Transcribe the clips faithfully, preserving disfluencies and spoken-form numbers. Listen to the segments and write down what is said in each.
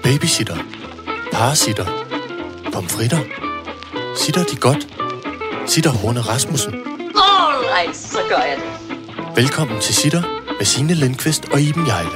Babysitter. Parasitter. Pomfritter. Sitter de godt? Sitter Horne Rasmussen. Alright, så gør jeg det. Velkommen til Sitter med Signe Lindqvist og Iben Hjejle.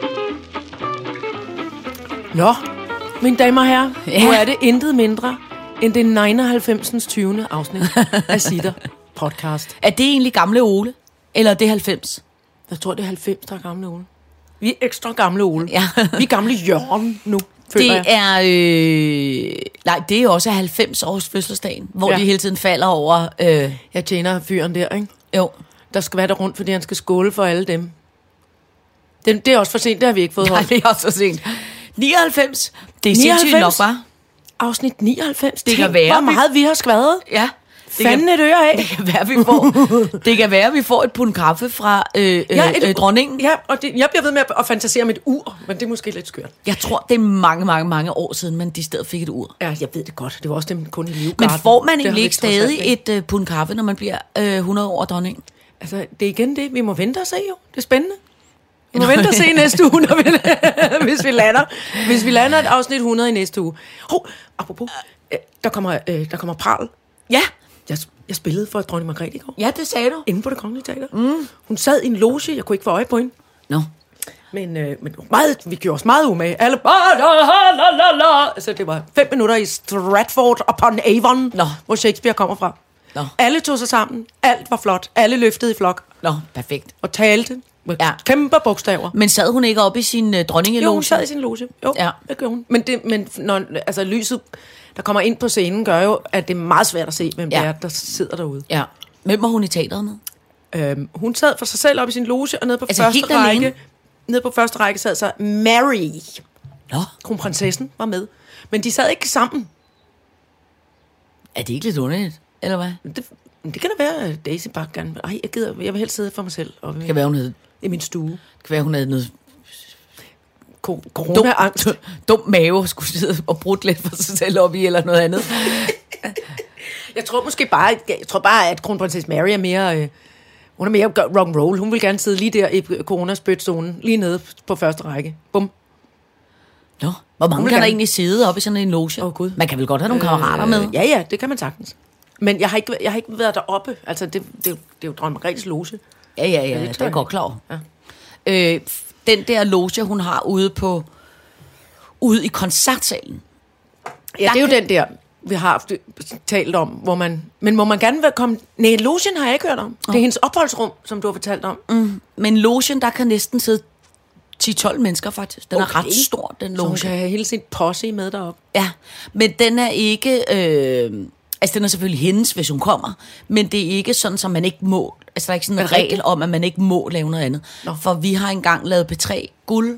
Nå, mine damer og herrer, Ja. nu er det intet mindre end det nioghalvfems. tyvende afsnit af Sitter podcast. Er det egentlig gamle Ole? Eller er det halvfems? Jeg tror, det er halvfems, der er gamle Ole. Vi er ekstra gamle Ole. Ja. Vi er gamle Jørgen nu, føler Det jeg. er... Øh, nej, det er også halvfems års fødselsdagen, hvor Ja. de hele tiden falder over... Øh, Jeg tjener fyren der, ikke? jo. Der skal være der rundt, fordi han skal skåle for alle dem. Det, det er også for sent, det har vi ikke fået Nej, holdt. det er også så sent. nioghalvfems. Det er sindssygt nioghalvfems? nok, bare. Afsnit nioghalvfems. Det kan Tænk, være, hvor vi- meget vi har skrevet. Ja. Det Fanden kan, et øre af. det kan være, vi får, det kan være, vi får et pund kaffe fra øh, Ja, øh, et- øh, dronningen. Ja, og det, jeg bliver ved med at, at fantasere om et ur, men det er måske lidt skørt. Jeg tror, det er mange, mange, mange år siden, man de stedet fik et ur. Ja, jeg ved det godt. Det var også dem kun i Livgarden. Men får man Det har egentlig vi ikke trods alt stadig et øh, pund kaffe, når man bliver øh, hundrede år dronning? Altså, det er igen det. Vi må vente og se jo. Det er spændende. Vi må vente og se næste uge, når vi, hvis vi lander. Hvis vi lander et afsnit hundrede i næste uge. Hov, apropos, øh, der kommer, øh, der kommer pral. Ja, Jeg, jeg spillede for dronning Margrethe i går. ja, det sagde du. Inde på Det Kongelige Teater. Mm. Hun sad i en loge. Jeg kunne ikke få øje på hende. Nå. Men, øh, men meget, vi gjorde os meget umage. Alle... Så det var fem minutter i Stratford upon Avon, Nå. hvor Shakespeare kommer fra. Nå. Alle tog sig sammen. Alt var flot. Alle løftede i flok. Nå, perfekt. Og talte med Ja. ja. kæmpe bogstaver. Men sad hun ikke oppe i sin øh, dronningeloge? Jo, hun sad i sin loge. Jo, Ja. ja. Det gjorde hun. Men, det, men når altså, lyset, der kommer ind på scenen, gør jo, at det er meget svært at se, hvem Ja. det er, der sidder derude. Ja. Hvem var hun i teateret med? Øhm, hun sad for sig selv op i sin loge, og nede på Altså, første helt alene? række, nede på første række sad så Mary. Nå, Kronprinsessen var med. Men de sad ikke sammen. er det ikke lidt underligt, eller hvad? Det, det kan da være, at Daisy bare gerne... Ej, jeg gider, jeg vil helst sidde for mig selv og Det kan være, hun havde, i min stue. det kan være, hun havde noget Ko- Corona-angst. dum, dum mave og skulle sidde og brudt lidt for sig selv op i, eller noget andet. Jeg tror måske bare, jeg tror bare, at kronprinsesse Mary er mere... Øh, hun er mere rock roll. Hun vil gerne sidde lige der i coronaspytzonen, lige nede på første række. Bum. Nå, hvor mange Hun vil kan der gerne- egentlig sidde oppe i sådan en loge? Åh, Gud. Man kan vel godt have nogle kammerater med? Ja, ja, det kan man sagtens. Men jeg har ikke, jeg har ikke været deroppe. Altså, det, det, det er jo dronning Margrethes loge. Ja, ja, ja, det det, tror det er jeg jeg godt klar over. Ja. Øh, den der loge, hun har ude på ude i koncertsalen. Ja, det er jo den der, vi har haft, talt om, hvor man... Men må man gerne være komme... Nej, logen har jeg ikke hørt om. Det er hendes opholdsrum, som du har fortalt om. Mm. Men logen, der kan næsten sidde ti tolv mennesker faktisk. Den Okay. er ret stor, den Så hun loge. kan have hele sin posse med deroppe. Ja, men den er ikke... Øh, altså, den er selvfølgelig hendes, hvis hun kommer, men det er ikke sådan, som man ikke må... Altså, der er ikke sådan en Er det regel rigtigt? om, at man ikke må lave noget andet. Nå. For vi har engang lavet P tre guld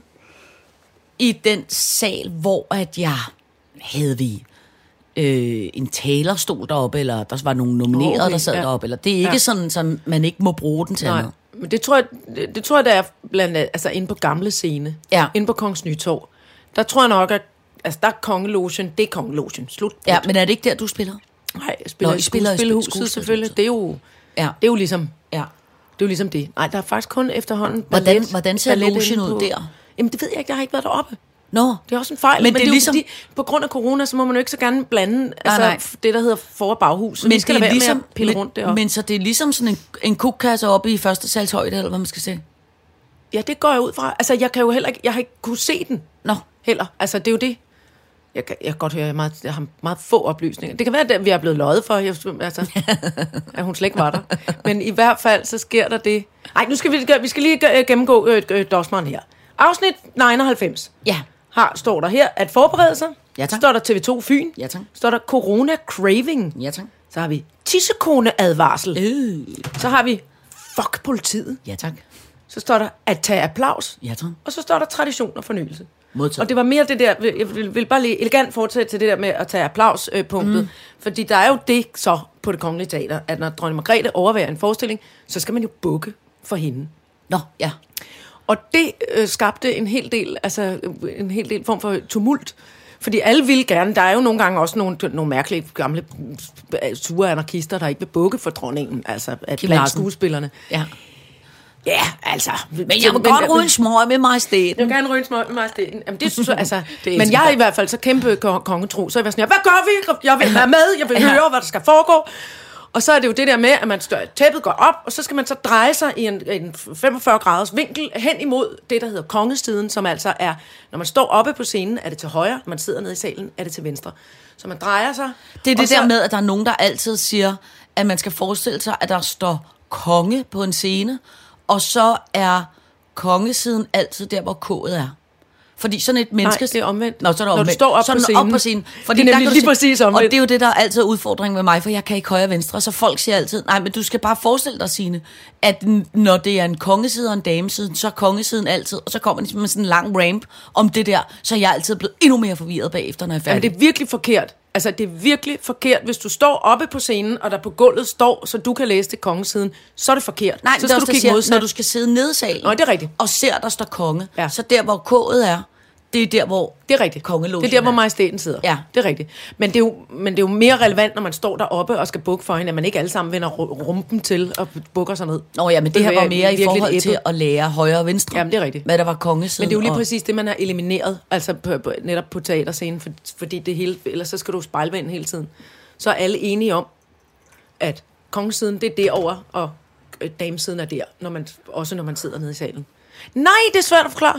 i den sal, hvor at jeg havde vi øh, en talerstol deroppe, eller der var nogle nominerede, Okay, der sad ja. deroppe. Eller, det er ikke Ja. sådan, som man ikke må bruge den til Nej, andet. men det tror jeg, det, det tror jeg, der er blandt andet, altså inde på gamle scene. Ja. Inde på Kongens Nytorv. Der tror jeg nok, at altså, der er kongelogen, det er kongelogen. Slut. Ja, men er det ikke der, du spiller? Nej, jeg spiller Nå, i I spiller i skuespilhuset skuespilhuset. selvfølgelig. Det er jo, Ja. det er jo ligesom... Ja. Det er jo ligesom det. Nej, der er faktisk kun efterhånden Hvordan- ballet, hvordan ser ballet logen inde ud på- der? Jamen, det ved jeg ikke. Jeg har ikke været deroppe. Nå, Det er også en fejl. Men Men, det det er er ligesom- ligesom... Fordi, på grund af corona, så må man jo ikke så gerne blande altså, nej. det, der hedder for- og baghus. Så men vi skal det da er være ligesom, med ligesom, at pille men, rundt deroppe. men så det er ligesom sådan en, en kukkasse oppe i første salshøjde, eller hvad man skal sige. Ja, det går jeg ud fra. Altså, jeg kan jo heller ikke... Jeg har ikke kunne se den Nå, heller. Altså, det er jo det. Jeg kan, jeg kan godt høre, at jeg, meget, jeg har meget få oplysninger. Det kan være, at vi er blevet løjet for, jeg, altså, at hun slet ikke var der. Men i hvert fald, så sker der det. Nej, nu skal vi, vi skal lige gennemgå øh, øh, Dosmeren her. Afsnit nioghalvfems. ja. Har, står der her, at forberede sig. Ja, tak. Står der T V to Fyn. Ja, tak. Står der Corona Craving. Ja, tak. Så har vi tissekone-advarsel. Øh. Så har vi fuck politiet. Ja, tak. Så står der at tage applaus. Ja, tak. Og så står der tradition og fornyelse. Modtaget. Og det var mere det der, jeg vil, vil bare lige elegant fortsætte til det der med at tage applaus-punktet. Mm. Fordi der er jo det så på Det Kongelige Teater, at når dronning Margrethe overværer en forestilling, så skal man jo bukke for hende. Nå, ja. Og det øh, skabte en hel del, altså en hel del form for tumult. Fordi alle vil gerne, der er jo nogle gange også nogle, nogle mærkelige gamle sure anarkister, der ikke vil bukke for dronningen, altså at Kim blandt Larsen. skuespillerne. Ja. Ja, altså. Men jeg må godt ryge en smøg med majestæten. Jeg vil gerne ryge en smøg med majestæten. Jamen, det synes jeg, altså... det men jeg er i hvert fald så kæmpe kongetro, så jeg var sådan, hvad gør vi? Jeg vil være med, jeg vil høre, hvad der skal foregå. Og så er det jo det der med, at man stør, tæppet går op, og så skal man så dreje sig i en, en femogfyrre graders vinkel hen imod det, der hedder kongesiden, som altså er, når man står oppe på scenen, er det til højre, når man sidder nede i salen, er det til venstre. Så man drejer sig. Det er det så, der med, at der er nogen, der altid siger, at man skal forestille sig, at der står konge på en scene, og så er kongesiden altid der, hvor k'et er. Fordi sådan et menneske... Nej, det er omvendt. Nå, så er det omvendt. Når du står op, på scenen, op på scenen. Fordi det er nemlig lige præcis omvendt. Og det er jo det, der er altid udfordringen med mig, for jeg kan ikke højre og venstre. Så folk siger altid, nej, men du skal bare forestille dig, Signe, at når det er en kongeside og en dameside, så er kongesiden altid, og så kommer de med sådan en lang ramp om det der, så er jeg altid blevet endnu mere forvirret bagefter, når jeg er færdig. Men det er virkelig forkert. Altså, det er virkelig forkert. Hvis du står oppe på scenen, og der på gulvet står, så du kan læse det kongesiden, så er det forkert. Nej, så skal du kigge modsat. Når du skal sidde nede i salen, Nå, det er rigtigt. og ser, der står konge, ja. så der, hvor k'et er, det er der, hvor det er rigtigt. kongelogen det er der, hvor majestæten sidder. Ja. Det er rigtigt. Men det er, jo, men det er jo mere relevant, når man står deroppe og skal bukke for hende, at man ikke alle sammen vender rumpen til og bukker sig ned. Nå ja, men det, det her var mere i forhold til at lære højre og venstre. Jamen, det er rigtigt. Hvad der var kongesiden. Men det er jo lige og... præcis det, man har elimineret, altså på, på, netop på teaterscenen, for, fordi det hele, ellers så skal du spejlvende hele tiden. Så er alle enige om, at kongesiden, det er derovre, og damesiden er der, når man, også når man sidder nede i salen. Nej, det er svært at forklare.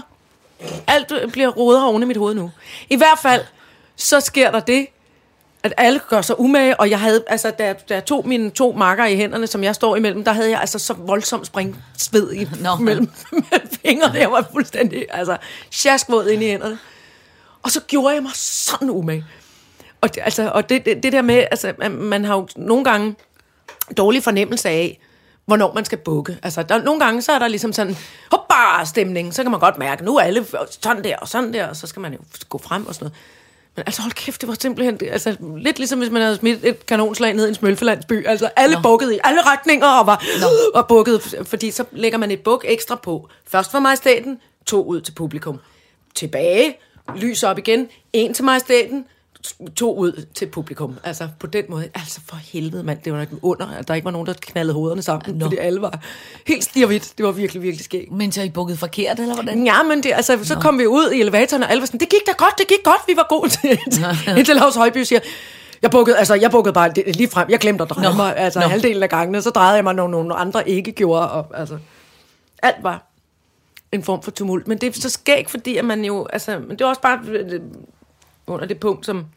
Alt bliver rodet oven i mit hoved nu. I hvert fald, så sker der det, at alle gør sig umage, og jeg havde, altså, da, da jeg tog mine to makker i hænderne, som jeg står imellem, der havde jeg altså så voldsomt springsved i no. mellem, mellem fingrene. Jeg var fuldstændig, altså, sjaskvåd ind i hænderne. Og så gjorde jeg mig sådan umage. Og det, altså, og det, det, det der med, altså, man har jo nogle gange dårlig fornemmelse af, hvornår man skal bukke. Altså, der, nogle gange, så er der ligesom sådan, hoppa, stemning, så kan man godt mærke, nu er alle sådan der og sådan der, og så skal man jo gå frem og sådan noget. Men altså, hold kæft, det var simpelthen, altså, lidt ligesom hvis man havde smidt et kanonslag ned i en smølfelandsby. Altså, alle bukkede i alle retninger og var og bukket, fordi så lægger man et buk ekstra på. Først for majestæten, to ud til publikum. Tilbage, lys op igen, en til majestæten, to ud til publikum. Altså, på den måde. Altså, for helvede, mand. Det var nok under, at der ikke var nogen, der knaldede hovederne sammen. No. Fordi alle var helt stirvidt. Det var virkelig, virkelig skægt. Men så I bukket forkert, eller hvordan? Ja, men det, altså, så no. kom vi ud i elevatoren, og alle var sådan, det gik da godt, det gik godt, vi var gode til. Indtil Lars Højby siger, jeg bukkede, altså, jeg bukkede bare lige frem, jeg glemte at dreje no. mig, altså, no. halvdelen af gangene, så drejede jeg mig, når nogle andre ikke gjorde, og altså, alt var en form for tumult. Men det er så skægt, fordi at man jo, altså, men det er også bare under det punkt, som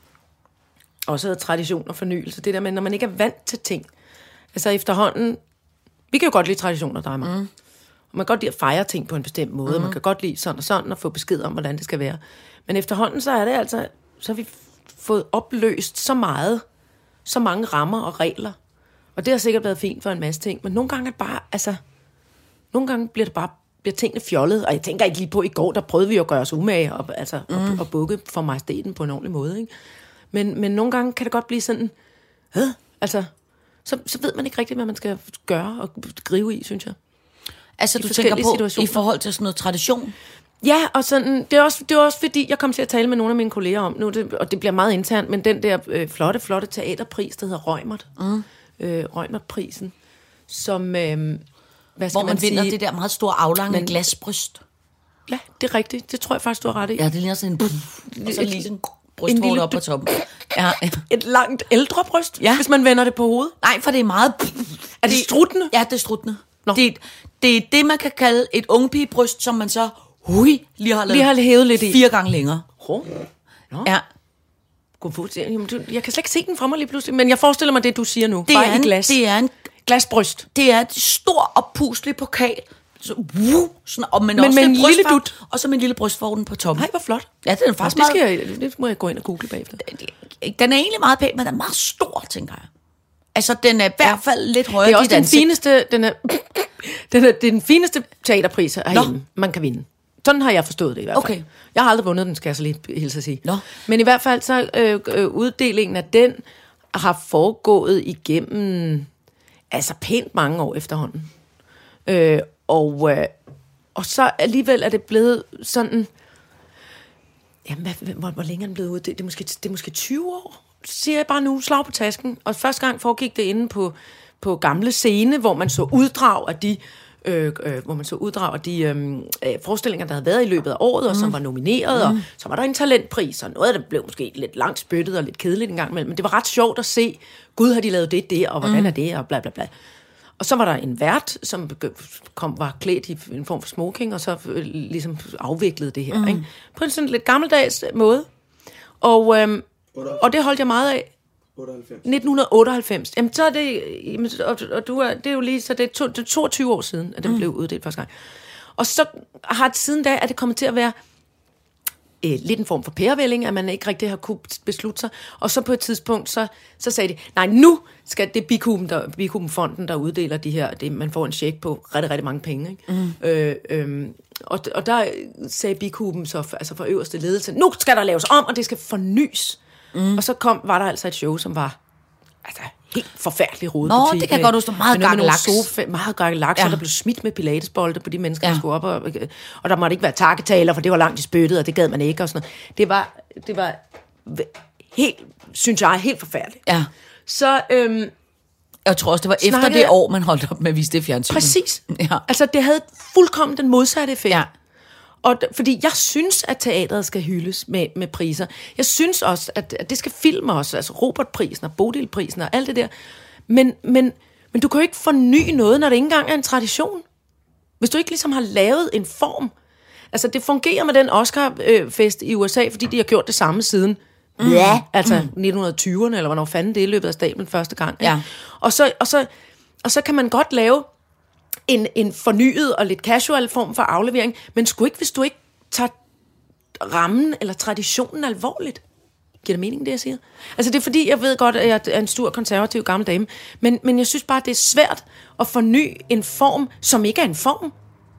også havde tradition og fornyelse. Det der med, når man ikke er vant til ting. Altså efterhånden, vi kan jo godt lide traditioner, der er mig. Mm. Og man kan godt lide at fejre ting på en bestemt måde. Mm. Man kan godt lide sådan og sådan, og få besked om, hvordan det skal være. Men efterhånden, så er det altså, så har vi fået opløst så meget, så mange rammer og regler. Og det har sikkert været fint for en masse ting. Men nogle gange er det bare, altså, nogle gange bliver det bare, bliver tingene fjollet. Og jeg tænker ikke lige på, i går, der prøvede vi at gøre os umage, og, altså, mm. og, og bukke for majestæten på en ordentlig måde, ikke? Men, men nogle gange kan det godt blive sådan, Hæ? altså, så, så ved man ikke rigtigt, hvad man skal gøre og gribe i, synes jeg. Altså, du tænker på, situationer. I forhold til sådan noget tradition? Ja, og sådan, det er, også, det er også fordi, jeg kom til at tale med nogle af mine kolleger om, nu, det, og det bliver meget internt, men den der øh, flotte, flotte teaterpris, der hedder Reumert, mm. øh, Reumert-prisen, som, øh, hvad skal hvor man, man vinder sige? Det der meget store aflange men, glasbryst. Ja, det er rigtigt. Det tror jeg faktisk, du har ret i. Ja, det ligner sådan en puff, og så lige sådan brystvorte op på toppen. Ja. Et langt ældre bryst, ja. Hvis man vender det på hovedet. Nej, for det er meget... Er det struttende? Ja, det er struttende. Det, det er det, man kan kalde et ungpigebryst, som man så hui, lige har lavet lige har hævet lidt i. Fire gange længere. Oh. Ja. Jeg kan slet ikke se den fra mig lige pludselig, men jeg forestiller mig det, du siger nu. Det Bare er en, glas. Det er en glasbryst. Det er et stor og puslig pokal. Så, uh, sådan, og men, men også med en lille dut. Og så med en lille brystforten på toppen. Nej, hvor flot. Ja, det er faktisk det, skal jeg, det må jeg gå ind og google bagefter. Den er egentlig meget pæn, men den er meget stor, tænker jeg. Altså, den er i hvert fald lidt højere. Det er også den fineste, den er, den er, det er den fineste teaterpris herhjemme, man kan vinde. Sådan har jeg forstået det i hvert fald. Okay. Jeg har aldrig vundet den, skal jeg så lige hilse at sige. Nå. Men i hvert fald så øh, øh, uddelingen af den har foregået igennem altså pænt mange år efterhånden. Øh, og, øh, og så alligevel er det blevet sådan... Jamen, hvad, hvor, hvor længe er den blevet ude? Det, det, er måske, det er måske tyve år, siger jeg bare nu, slag på tasken. Og første gang foregik det inde på, på gamle scene, hvor man så uddrag af de øh, øh, hvor man så uddrager de øh, forestillinger, der havde været i løbet af året, og som mm. var nomineret, mm. og så var der en talentpris, og noget af det blev måske lidt langt spyttet og lidt kedeligt en gang imellem, men det var ret sjovt at se, gud har de lavet det der, og hvordan mm. er det, og bla bla bla. Og så var der en vært, som kom, var klædt i en form for smoking, og så øh, ligesom afviklede det her, mm. ikke? På en sådan lidt gammeldags måde. Og, øhm, og det holdt jeg meget af. otteoghalvfems nitten otteoghalvfems Jamen, så er det... Og, og du er, det er jo lige... Så det er, to, det er toogtyve år siden, at den mm. blev uddelt første gang. Og så har det siden da, at det kommet til at være øh, lidt en form for pærevælling, at man ikke rigtig har kunne beslutte sig. Og så på et tidspunkt, så, så sagde de, nej, nu skal det Bikuben, der, Bikuben-fonden, der uddeler de her... Det, man får en check på rigtig, rigtig mange penge, ikke? Mm. Øh, øh, og, og der sagde Bikuben så, altså for øverste ledelse, nu skal der laves om, og det skal fornys. Mm. Og så kom, var der altså et show, som var altså, helt forfærdelig rodebutik. Nå, det kan med, godt huske, meget gakkelaks. Meget gakkelaks, ja. Og der blev smidt med pilatesbolde på de mennesker, ja. Der skulle op. Og, og der måtte ikke være takketaler, for det var langt i spyttet, og det gad man ikke. Og sådan noget. Det var, det var helt, synes jeg, helt forfærdeligt. Ja. Så... Øhm, jeg tror også, det var efter det år, man holdt op med at vise det fjernsyn. Præcis. Ja. Altså, det havde fuldkommen den modsatte effekt. Ja. Og fordi jeg synes, at teateret skal hyldes med, med priser. Jeg synes også, at, at det skal filme også. Altså Robertprisen og Bodilprisen og alt det der. Men, men, men du kan jo ikke forny noget, når det ikke engang er en tradition. Hvis du ikke ligesom har lavet en form. Altså det fungerer med den Oscar-fest i U S A, fordi de har gjort det samme siden. Mm. Ja, altså mm. nitten tyverne, eller hvornår fanden det i løbet af stablen første gang. Ja. Og, så, og, så, og så kan man godt lave en, en fornyet og lidt casual form for aflevering, men sgu ikke, hvis du ikke tager rammen eller traditionen alvorligt. Giver det mening, det jeg siger? Altså det er fordi, jeg ved godt, at jeg er en stor konservativ gammel dame, men, men jeg synes bare, det er svært at forny en form, som ikke er en form.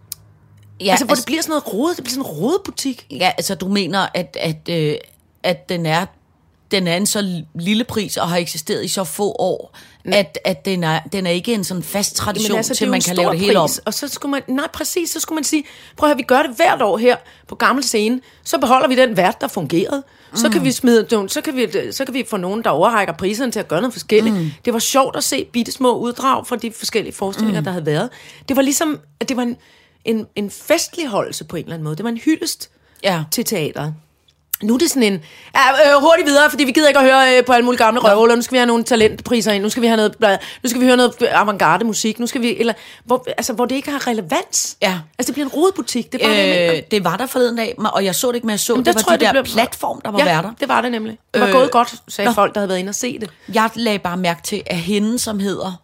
Ja, altså, hvor altså, det bliver sådan noget rode, det bliver sådan en rodebutik. Ja, altså du mener, at, at, øh, at den er den er en så lille pris og har eksisteret i så få år, at, at den, er, den er ikke en sådan fast tradition, altså, til man kan lave det hele om. Og så skulle man, nej præcis, så skulle man sige, prøv at høre, vi gør det hvert år her på Gammel Scene, så beholder vi den vært, der fungerede. Så mm. kan vi smide, så kan vi, så kan vi få nogen, der overrækker priserne til at gøre noget forskelligt. Mm. Det var sjovt at se bittesmå uddrag fra de forskellige forestillinger, mm. der havde været. Det var ligesom, at det var en, en, en festligholdelse på en eller anden måde. Det var en hyldest ja. til teateret. Nu er det sådan en, ja, øh, hurtigt videre, fordi vi gider ikke at høre øh, på alle mulige gamle røvhuller. Nu skal vi have nogle talentpriser ind, nu skal vi have noget, nu skal vi høre noget avantgarde musik, nu skal vi, eller, hvor, altså, hvor det ikke har relevans. Ja. Altså, det bliver en rodebutik. Det, er øh, det var der forleden dag, og jeg så det ikke, men jeg så, Jamen, det var tror, de der blev... platform, der var ja, værter. det var det nemlig. Det var øh, gået godt, sagde nå. folk, der havde været inde og se det. Jeg lagde bare mærke til, at hende, som hedder,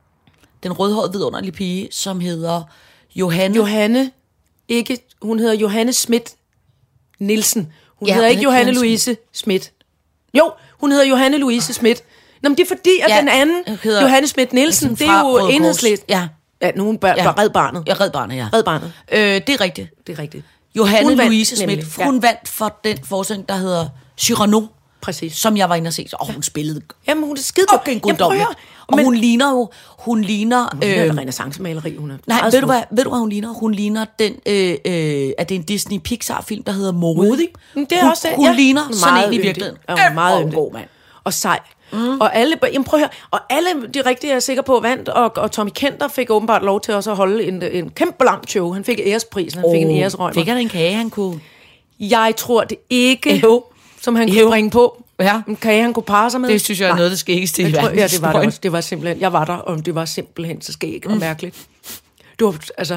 den rødhårede vidunderlige pige, som hedder Johanne. Johanne, ikke, hun hedder Johanne Schmidt Nielsen. Hun ja, hedder ikke Johanne Louise Schmidt. Jo, hun hedder Johanne Louise Schmidt. Nå, men det er fordi, at ja, den anden, Johanne Schmidt Nielsen, det er jo Enhedslisten. Ja. Ja, nogen bør, ja. Red Barnet. Ja, Red Barnet, ja. Red Barnet. Øh, det er rigtigt. Det er rigtigt. Johanne hun Louise Schmidt, ja. hun vandt for den forestilling, der hedder Cyrano. Præcis. Som jeg var inde og se. Og hun spillede. Jamen, hun er skide okay, en guddommelig. Og men, hun ligner jo, hun ligner... Hun ligner øh, renæssancemaleri, hun er. Nej, ved du, hvad, ved du, hvad hun ligner? Hun ligner den, øh, øh, at det er en Disney-Pixar-film, der hedder Modig. Det er hun, også det. Hun ja. ligner sådan en i virkeligheden. Ja, hun er meget yndig. God mand. Og sej. Mm. Og alle, jamen prøv at høre, og alle de rigtige, jeg er sikker på, vandt, og, og Tommy Kenter fik åbenbart lov til også at holde en, en kæmpe lang show. Han fik æresprisen, han oh, fik en æresrøg. Fik han en kage, han kunne? Jeg tror det ikke, jo. som han kunne bringe på. Ja. En kage, han kunne parre sig med. Det synes jeg er noget, der skægges til i verden. Ja, det var det også. Det var simpelthen, jeg var der, og det var simpelthen så skæg og mm. mærkeligt. Det var, altså...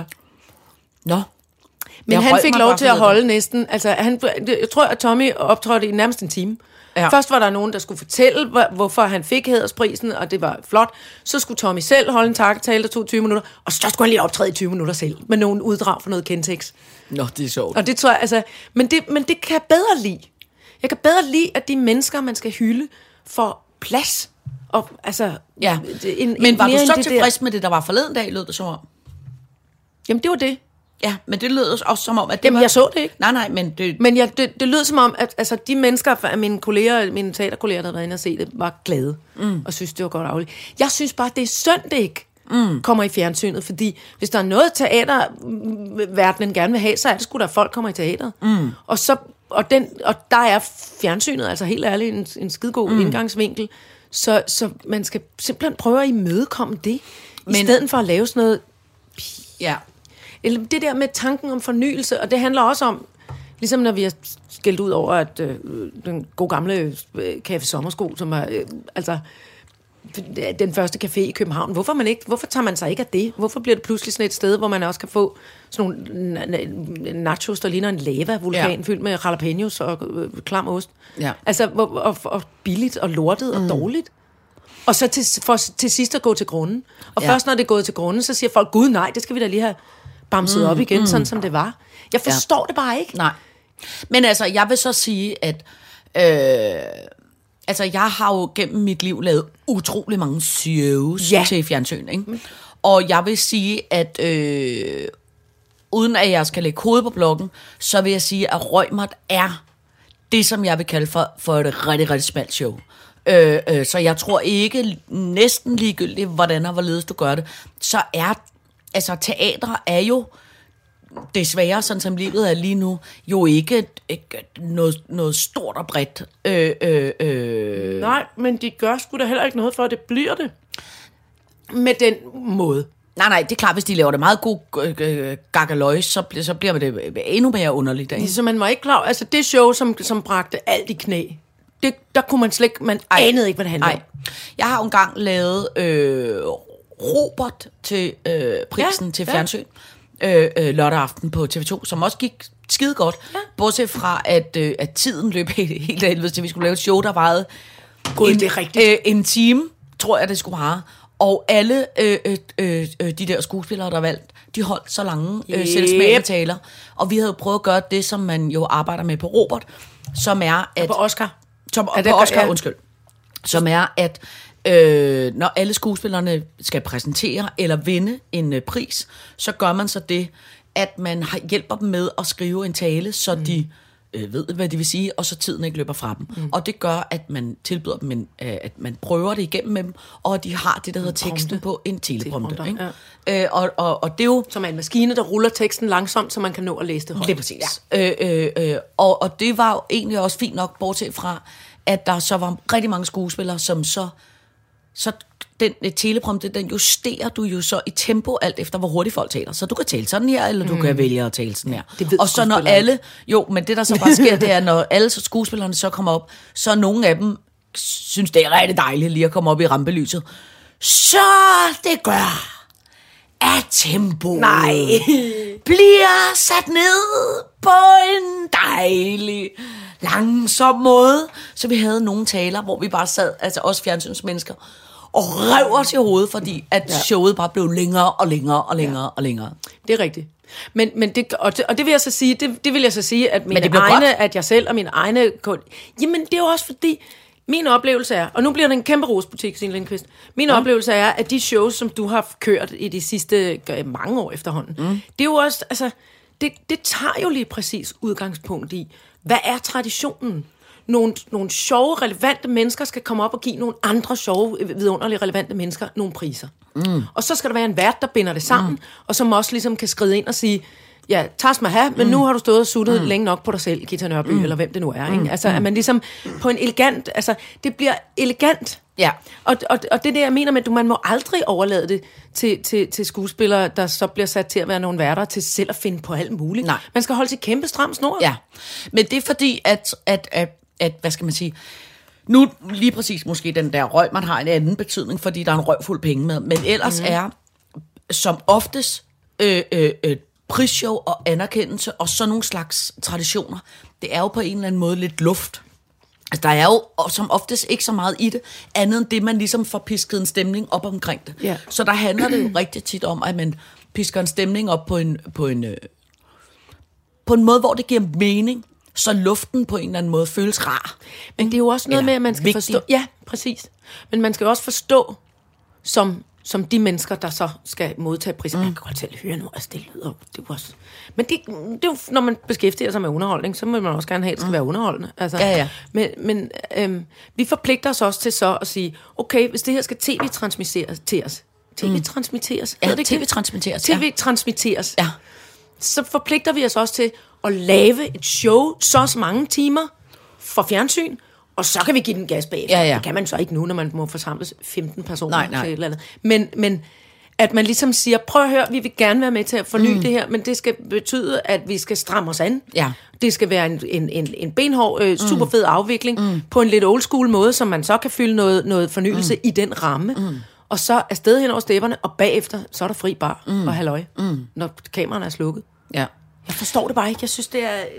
Nå. Men jeg han fik lov til at holde det. næsten, altså han, jeg tror, at Tommy optrådte i nærmest en time. Ja. Først var der nogen, der skulle fortælle, hvorfor han fik hædersprisen, og det var flot. Så skulle Tommy selv holde en takketale, der tog tyve minutter, og så skulle han lige optræde i tyve minutter selv, med nogle uddrag for noget kentekst. Nå, det er sjovt. Og det tror jeg, altså, men det, men det kan jeg bedre lide. Jeg kan bedre lide, at de mennesker, man skal hylde, får plads. Og, altså, ja. en, men var du så tilfreds der... med det, der var forleden dag, lød det som om? Jamen, det var det. Ja, men det lød også som om, at det Jamen, var... jeg så det ikke. Nej, nej, men det... Men ja, det, det lød som om, at altså, de mennesker, af mine kolleger, mine teaterkolleger, der havde været inde og se det, var glade. Mm. Og synes, det var godt afligt. Jeg synes bare, det er synd, det ikke mm. kommer i fjernsynet. Fordi hvis der er noget teaterverdenen gerne vil have, så er det sgu da, folk kommer i teateret. Mm. Og, så, og, den, og der er fjernsynet, altså helt ærligt, en, en skidegod mm. indgangsvinkel. Så, så man skal simpelthen prøve at imødekomme det, men, i stedet for at lave sådan noget Ja. Eller det der med tanken om fornyelse, og det handler også om, ligesom når vi har skældt ud over, at øh, den gode gamle øh, Café Sommersko, som er, øh, altså, den første café i København, hvorfor, man ikke, hvorfor tager man sig ikke af det? Hvorfor bliver det pludselig sådan et sted, hvor man også kan få sådan nogle nachos, der ligner en lava-vulkan, ja. fyldt med jalapenos og øh, klam ost? Ja. Altså, hvor, og, og billigt og lortet mm. og dårligt. Og så til, for, til sidst at gå til grunden. Og ja. først når det er gået til grunden, så siger folk, gud nej, det skal vi da lige have bamset mm. op igen, mm. sådan som det var. Jeg forstår ja. det bare ikke. Nej. Men altså, jeg vil så sige, at øh, altså, jeg har jo gennem mit liv lavet utrolig mange shows ja. til fjernsyn, ikke? Mm. Og jeg vil sige, at øh, uden at jeg skal lægge hovedet på blokken, så vil jeg sige, at Reumert er det, som jeg vil kalde for, for et rigtig, rigtig smalt show. Øh, øh, så jeg tror ikke, næsten ligegyldigt, hvordan og hvorledes du gør det, så er, altså teater er jo desværre, sådan som livet er lige nu, jo ikke, ikke noget, noget stort og bredt. Øh, øh, øh. Nej, men de gør sgu da heller ikke noget for, at det bliver det. Med den måde. Nej, nej, det er klart, hvis de laver det meget god øh, gakkeløjs, så, så bliver det endnu mere underligt. Ikke? Så man var ikke klar. Altså det show, som, som bragte alt i knæ, det, der kunne man slet ikke, man Ej. anede ikke, hvad det handlede om. Jeg har jo engang lavet øh, Robert til øh, prisen ja, til fjernsyn. Ja. Øh, øh, lørdag aften på T V to, som også gik skide godt, ja. bortset fra, at, øh, at tiden løb helt, helt af helvede til, vi skulle lave et show, der varede God, en, det er rigtigt. Øh, en time, tror jeg, det skulle vare. Og alle øh, øh, øh, de der skuespillere, der valgt, de holdt så lange øh, yep. selvsmagende taler. Og vi havde prøvet at gøre det, som man jo arbejder med på Robert, som er at... Og på Oscar. Som, og på Oscar, ja. undskyld. Som er, at øh, når alle skuespillerne skal præsentere eller vinde en øh, pris, så gør man så det, at man har, hjælper dem med at skrive en tale, så mm. de øh, ved, hvad det vil sige, og så tiden ikke løber fra dem. Mm. Og det gør, at man tilbyder dem, en, øh, at man prøver det igennem med dem, og at de har det, der hedder teksten på en teleprompter. Ikke? Ja. Øh, og, og, og det er jo... Som er en maskine, der ruller teksten langsomt, så man kan nå at læse det højt. Det er præcis. Ja. Øh, øh, øh, og, og det var jo egentlig også fint nok, bortset fra, at der så var rigtig mange skuespillere, som så... så den teleprompter, den justerer du jo så i tempo, alt efter hvor hurtigt folk taler. Så du kan tale sådan her, eller du mm. kan vælge at tale sådan her. Og så når alle, jo, men det der så bare sker, det er, når alle skuespillerne så kommer op, så nogle af dem synes, det er rigtig dejligt lige at komme op i rampelyset. Så det gør, at tempoet Nej. bliver sat ned på en dejlig, langsom måde. Så vi havde nogle taler, hvor vi bare sad, altså os fjernsynsmennesker, og rev os i hovedet, fordi at ja. showet bare blev længere og længere og længere ja. og længere. Det er rigtigt. Men, men det, og, det, og det vil jeg så sige, det, det vil jeg så sige, at mine egne, godt. at jeg selv og mine egne, jamen det er jo også fordi, min oplevelse er, og nu bliver det en kæmpe rosbutik, Signe Lindqvist, min ja. oplevelse er, at de shows, som du har kørt i de sidste mange år efterhånden, mm. det er jo også, altså, det, det tager jo lige præcis udgangspunkt i, hvad er traditionen? Nogle, nogle sjove, relevante mennesker skal komme op og give nogle andre sjove, vidunderlige, relevante mennesker nogle priser. Mm. Og så skal der være en vært, der binder det sammen, mm. og som også ligesom kan skride ind og sige, ja, tas mig have, men mm. nu har du stået og suttet mm. længe nok på dig selv, Gita Nørby, mm. eller hvem det nu er. Ikke? Altså, at man ligesom på en elegant, altså, det bliver elegant. Ja. Og, og, og det der, jeg mener med, at man må aldrig overlade det til, til, til skuespillere, der så bliver sat til at være nogle værter, til selv at finde på alt muligt. Nej. Man skal holde sig kæmpe stram snor. Ja, men det er fordi, at, at, at, at hvad skal man sige, nu lige præcis måske den der røg, man har en anden betydning, fordi der er en røgfuld penge med, men ellers mm. er som oftest øh, øh, øh, prisshow og anerkendelse og sådan nogle slags traditioner, det er jo på en eller anden måde lidt luft. Altså, der er jo som oftest ikke så meget i det, andet end det, man ligesom får pisket en stemning op omkring det. Yeah. Så der handler det jo rigtig tit om, at man pisker en stemning op på en, på en, øh, på en måde, hvor det giver mening, så luften på en eller anden måde føles rar. Men det er jo også noget eller med, at man skal vigtig. forstå... Ja, præcis. Men man skal jo også forstå, som, som de mennesker, der så skal modtage priser. Mm. Jeg kan godt selv høre nu, altså det lyder... Det er også... Men det, det er jo, når man beskæftiger sig med underholdning, så må man også gerne have, at det skal mm. være underholdende. Altså, ja, ja. Men, men øhm, vi forpligter os også til så at sige, okay, hvis det her skal tv-transmitteres til os... tv-transmitteres? Ja, tv-transmitteres. tv-transmitteres. Ja. Så forpligter vi os også til at lave et show så så mange timer for fjernsyn, og så kan vi give den gas bagefter. Ja, ja. Det kan man så ikke nu, når man må forsamles femten personer nej, nej. til et eller andet. Men, men At man ligesom siger, prøv at høre, vi vil gerne være med til at forny mm. det her, men det skal betyde, at vi skal stramme os an. Ja. Det skal være en, en, en, en benhård, øh, super fed afvikling mm. på en lidt old school måde, så man så kan fylde noget, noget fornyelse mm. i den ramme. Mm. Og så afsted hen over stepperne, og bagefter, så er der fri bar mm. og halløj, mm. når kameraerne er slukket. Ja. Jeg forstår det bare ikke. Jeg synes, det er...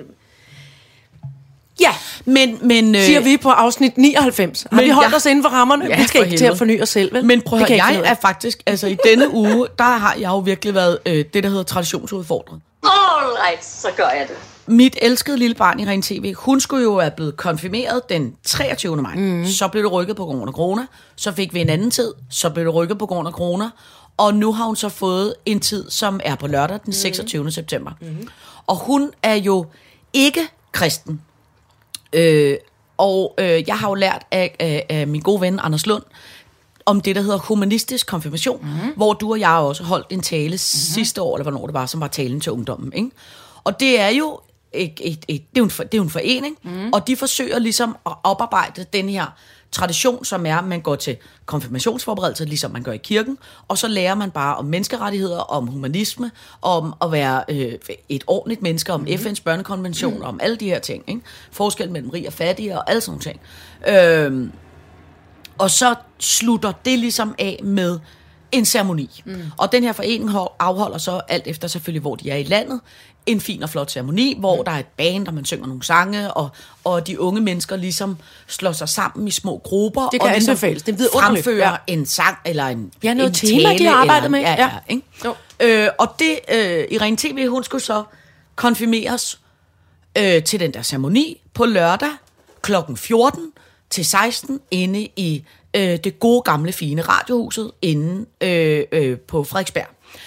Ja, men, men øh, siger vi på afsnit nioghalvfems. Har vi holdt ja, os inden for rammerne? Ja, vi skal ikke til at forny os selv, vel? Men prøv at høre, jeg er faktisk, altså i denne uge, der har jeg jo virkelig været øh, det, der hedder traditionsudfordret. Alright, så gør jeg det. Mit elskede lille barn i Ren T V, hun skulle jo være blevet konfirmeret den treogtyvende maj. Mm. Så blev det rykket på grund af corona. Så fik vi en anden tid. Så blev det rykket på grund af corona. Og nu har hun så fået en tid, som er på lørdag den seksogtyvende september. Mm. Og hun er jo ikke kristen. Øh, og øh, jeg har jo lært af, af, af min gode ven Anders Lund om det, der hedder humanistisk konfirmation, mm-hmm. hvor du og jeg også holdt en tale mm-hmm. sidste år, eller hvornår det var, som var talen til ungdommen. Ikke? Og det er jo et, et, et, det er en, for, det er en forening, mm-hmm. og de forsøger ligesom at oparbejde den her tradition, som er, at man går til konfirmationsforberedelse, ligesom man gør i kirken, og så lærer man bare om menneskerettigheder, om humanisme, om at være øh, et ordentligt menneske, om mm. F N's børnekonvention, mm. om alle de her ting. Ikke? Forskel mellem rig og fattig og alle sådan ting. Øhm, og så slutter det ligesom af med en ceremoni. Mm. Og den her forening afholder så, alt efter selvfølgelig, hvor de er i landet, en fin og flot ceremoni, hvor mm. der er et band, der man synger nogle sange, og, og de unge mennesker ligesom slår sig sammen i små grupper. Det kan og ligesom anbefales. Det er fremfører ja. en sang, eller en ja, noget en tema, tale, de arbejder eller, med. Ja, ja. ja, ikke? Øh, og det, øh, Irene T V, hun skulle så konfirmeres øh, til den der ceremoni på lørdag klokken fjorten til seksten inde i øh, det gode, gamle, fine radiohuset inde øh, øh, på Frederiksberg.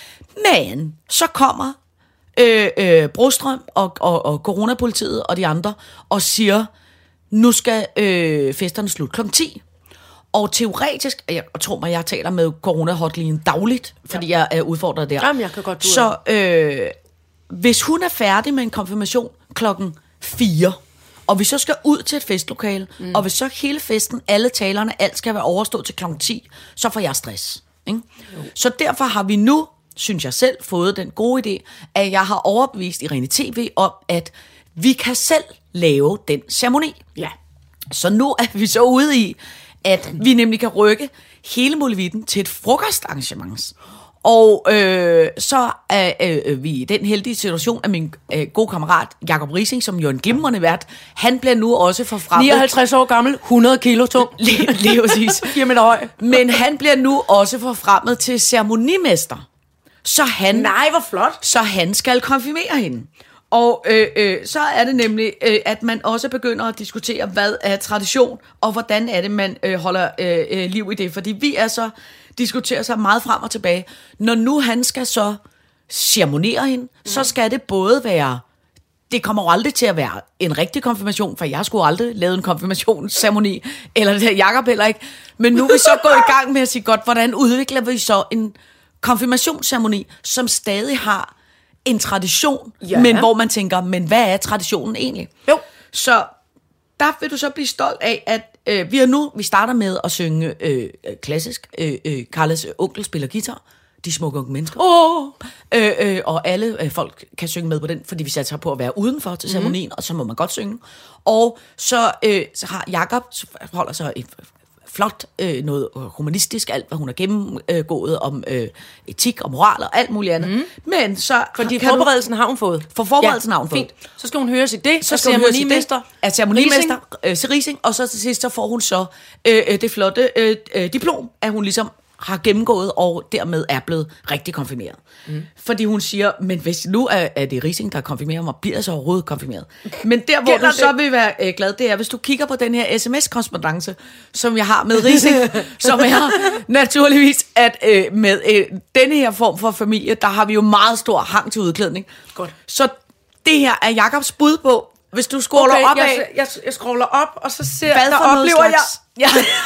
Men så kommer øh, øh, Brostrøm og, og, og coronapolitiet og de andre og siger, nu skal øh, festerne slutte klokken ti. Og teoretisk, jeg tror mig, jeg taler med corona-hotline dagligt, fordi ja. jeg er udfordret der. Jamen, jeg kan godt så øh, hvis hun er færdig med en konfirmation klokken fire, og vi så skal ud til et festlokale, mm. og hvis så hele festen, alle talerne, alt skal være overstået til klokken ti, så får jeg stress. Ikke? Så derfor har vi nu, synes jeg selv, fået den gode idé, at jeg har overbevist Irene T V om, at vi kan selv lave den ceremoni. Ja. Så nu er vi så ude i, at vi nemlig kan rykke hele muligheden til et frokostarrangement. Og øh, så er øh, vi i den heldige situation, at min øh, gode kammerat Jacob Rising, som jo er en glimrende vært, han bliver nu også forfremmet. nioghalvtreds år gammel, hundrede kilo tung. Lige, lige præcis. fire meter høj. Men han bliver nu også forfremmet til ceremonimester. Så han, Nej, hvor flot. Så han skal konfirmere hende. Og øh, øh, så er det nemlig, øh, at man også begynder at diskutere, hvad er tradition, og hvordan er det, man øh, holder øh, øh, liv i det. Fordi vi er så diskuterer sig meget frem og tilbage. Når nu han skal så ceremonere hende, mm. så skal det både være, det kommer jo aldrig til at være en rigtig konfirmation, for jeg skulle aldrig lave en konfirmationsceremoni, eller det her Jacob heller ikke. Men nu er vi så gået i gang med at sige, godt, hvordan udvikler vi så en konfirmationsceremoni, som stadig har en tradition, ja. Men hvor man tænker, men hvad er traditionen egentlig? Jo. Så der vil du så blive stolt af, at øh, vi er nu, vi starter med at synge øh, klassisk. Øh, øh, Carles onkel spiller guitar, De smukke unge mennesker. Oh. Øh, øh, og alle øh, folk kan synge med på den, fordi vi satser på at være udenfor til ceremonien, mm. og så må man godt synge. Og så, øh, så har Jacob, så holder så et flot, øh, noget humanistisk, alt hvad hun har gennemgået om øh, etik og moral og alt muligt andet. Mm. Men så... Fordi forberedelsen du, har hun fået. For forberedelsen ja, har hun fået. Fint. Så skal hun høre sig det, så skal hun høre sig det. Er ceremonimester, øh, Rising, og så til sidst, så får hun så øh, det flotte øh, øh, diplom, at hun ligesom har gennemgået, og dermed er blevet rigtig konfirmeret. Mm. Fordi hun siger, men hvis nu er, er det Rising, der konfirmerer mig, bliver jeg så overhovedet konfirmeret. Men der, hvor Gælder du det? så vil være øh, glad, det er, hvis du kigger på den her sms-korrespondance, som jeg har med Rising, som er naturligvis, at øh, med øh, denne her form for familie, der har vi jo meget stor hang til udklædning. Godt. Så det her er Jacobs bud på, hvis du scroller okay, op jeg, af... Jeg, jeg scroller op, og så ser Hvad der for oplever jeg... Ja.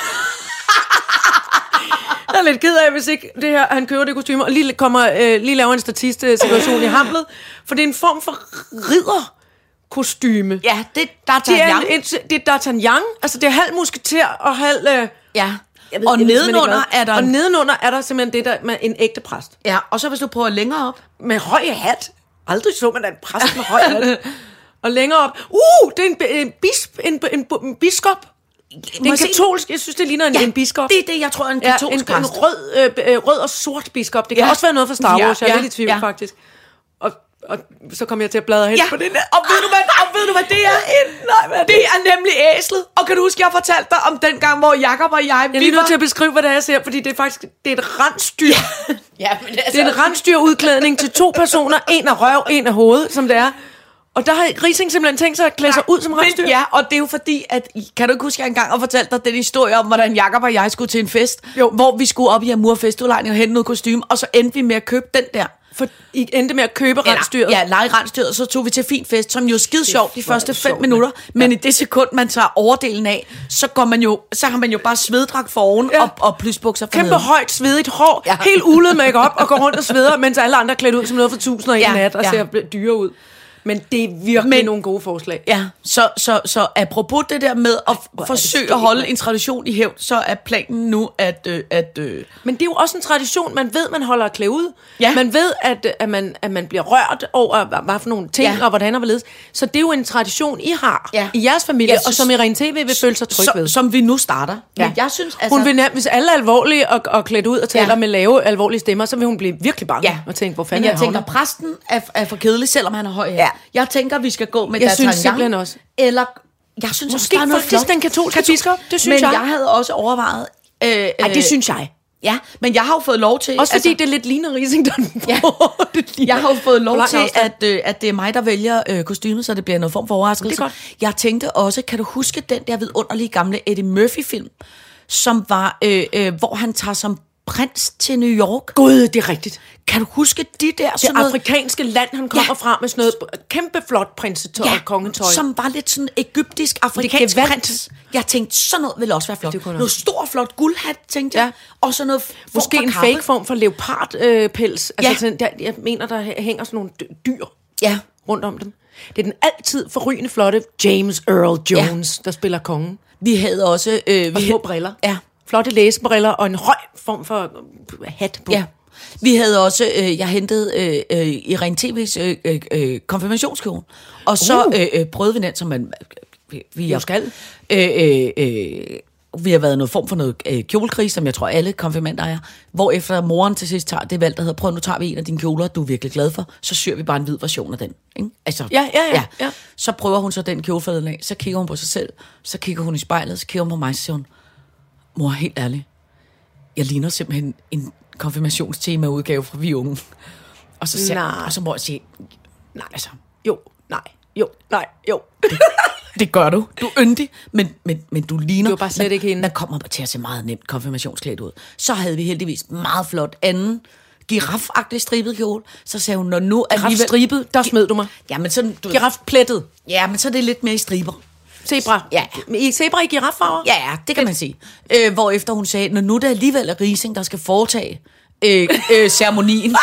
Jeg er lidt ked af, hvis ikke det her, han køber det kostyme, og lige, kommer, øh, lige laver en statist-situation i Hamlet, for det er en form for ridderkostyme. Ja, det er D'Artagnan. Det er, en, det er D'Artagnan, altså det er halv musketer og halv... Øh, ja. jeg ved, Og jeg ved simpelthen nedenunder ikke hvad. er der Og en- nedenunder er der simpelthen det der med en ægte præst. Ja, og så hvis du prøver længere op. Med høj hat. Aldrig så man da en præst med høj hat. Og længere op. Uh, det er en, en, bisp, en, en, en biskop. Det er en katolsk, jeg synes, det ligner en, Ja, en biskop. det er det, jeg tror er en katolsk ja, en, en præst. rød, øh, øh, rød og sort biskop. Det kan Ja. også være noget fra Star Wars, Ja, jeg er ja, lidt i tvivl ja. faktisk. Og, og så kom jeg til at bladre hen Ja, på det der. og ved du hvad, og ved du hvad det er? Nej, hvad er det? Det er nemlig æslet. Og kan du huske, jeg fortalte dig om den gang, hvor Jakob og jeg... Jeg er vi lige nødt var- til at beskrive, hvad det er, jeg ser, fordi det er faktisk det er et rensdyr. Ja, men det er, Det er en rensdyrudklædning til to personer. En af røv, en af hoved, som det er. Og der har Riising simpelthen tænkt sig at klæde sig ud som rensdyr. Men, ja, og det er jo fordi, at... Kan du ikke huske, at jeg engang har fortalt dig den historie om, hvordan Jakob og jeg skulle til en fest, Jo. hvor vi skulle op i Amur Festudlejning og hente noget kostume, og så endte vi med at købe den der. For I endte med at købe rensdyret. Ja, lege rensdyret, så tog vi til fin fest, som jo er skide sjovt de hvor er første det fem sjovt, minutter. mand. Men i det sekund, man tager overdelen af, så, går man jo, så har man jo bare sveddragt for oven Ja. og, og plysbukser for Kæmpe neden. højt, svedigt hår, Ja. ja. helt ulet make-up og går rundt og sveder, mens alle andre er klædt ud som noget for tusind og en Ja, nat og ja. ser dyre ud. Men det er virkelig Men- nogle gode forslag. Ja, så, så, så apropos det der med at hvor er det forsøge skægt, at holde mand. en tradition i hævd, så er planen nu, at... Øh, at øh, Men det er jo også en tradition, man ved, man holder at klæde ud. Ja. Man ved, at, at, man, at man bliver rørt over, hvad, hvad for nogle ting, Ja. og hvordan og hvorledes. Så det er jo en tradition, I har Ja. i jeres familie, Jeg og synes- som Irene T V vil føle sig tryg så, ved. som vi nu starter. Ja. Men jeg synes, altså... Hun vil nærmest, hvis alle er alvorlige og, og klædt ud og taler Ja. ja. med lave, alvorlige stemmer, så vil hun blive virkelig bange Ja, og tænke, hvor fanden men jeg er tænker, havnet? præsten er, er for kedelig, selvom han har høj hat. Ja. Jeg tænker, vi skal gå med Jeg D'Artagnan, synes simpelthen også. Eller, jeg synes også, Måske der er noget faktisk flot. den katolske Katol- biskop, det synes men jeg. jeg havde også overvejet... Øh, Ej, det synes jeg. Ja, men jeg har jo fået lov til... Også fordi altså, det lidt ligner Riising, der Ja. det ligner. Jeg har jo fået lov På lang til, afstand. at, øh, at det er mig, der vælger øh, kostymet, så det bliver noget form for overraskelse. Det er godt. Jeg tænkte også, kan du huske den der vidunderlige gamle Eddie Murphy-film, som var, øh, øh, hvor han tager som prins til New York? Gud, det er rigtigt. Kan du huske de der... Det sådan noget- afrikanske land, han kommer Ja. fra med sådan noget kæmpe flot prinsetøj og kongetøj. som var lidt sådan egyptisk, afrikansk gevandt. prins. Jeg tænkte, sådan noget ville også være flot. Det kunne Noget også. stor, flot guldhat, tænkte jeg. Ja. Og så noget form Måske for en kappe. fake form for leopardpels. Øh, altså Ja. sådan, der, jeg mener, der hænger sådan nogle dy- dyr Ja. rundt om dem. Det er den altid forrygende flotte James Earl Jones, ja. der spiller kongen. Vi havde også... Øh, Og vi små briller. Ja. Flotte læsebriller og en høj form for øh, hat på. Ja. Vi havde også, øh, jeg hentede øh, øh, Irene T V's øh, øh, øh, konfirmationskjole, og så Uh. øh, øh, prøvede vi den, som man... Vi, vi Jo skal. Øh, øh, øh, vi har været noget form for noget øh, kjolekrig, som jeg tror alle konfirmander er, hvor efter moren til sidst tager det valg, der hedder, prøv nu tager vi en af dine kjoler, du er virkelig glad for, så syr vi bare en hvid version af den. Ikke? Altså, Ja, ja, ja, ja. Så prøver hun så den kjole for den af, så kigger hun på sig selv, så kigger hun i spejlet, så kigger hun på mig, så siger hun, mor, helt ærligt, jeg ligner simpelthen en konfirmationstema-udgave fra Vi Unge. Og så, siger, Nej. og så må jeg sige, nej, altså, Jo, nej, jo, nej, jo. det gør du. Du er yndig, men, men, men du ligner... Du er bare slet man, ikke hende. Man kommer til at se meget nemt konfirmationsklædt ud. Så havde vi heldigvis meget flot anden girafagtig stribet kjole. Så sagde hun, når nu alligevel... Girafstribet, der smed du mig. Ja, men sådan... Du, Girafplettet. ja, men så er det lidt mere i striber. Zebra. Ja. I zebra i giraffarver? Ja, ja, det kan man sige. Øh, hvor efter hun sagde, når nu det alligevel er Riising, der skal foretage øh, øh, ceremonien,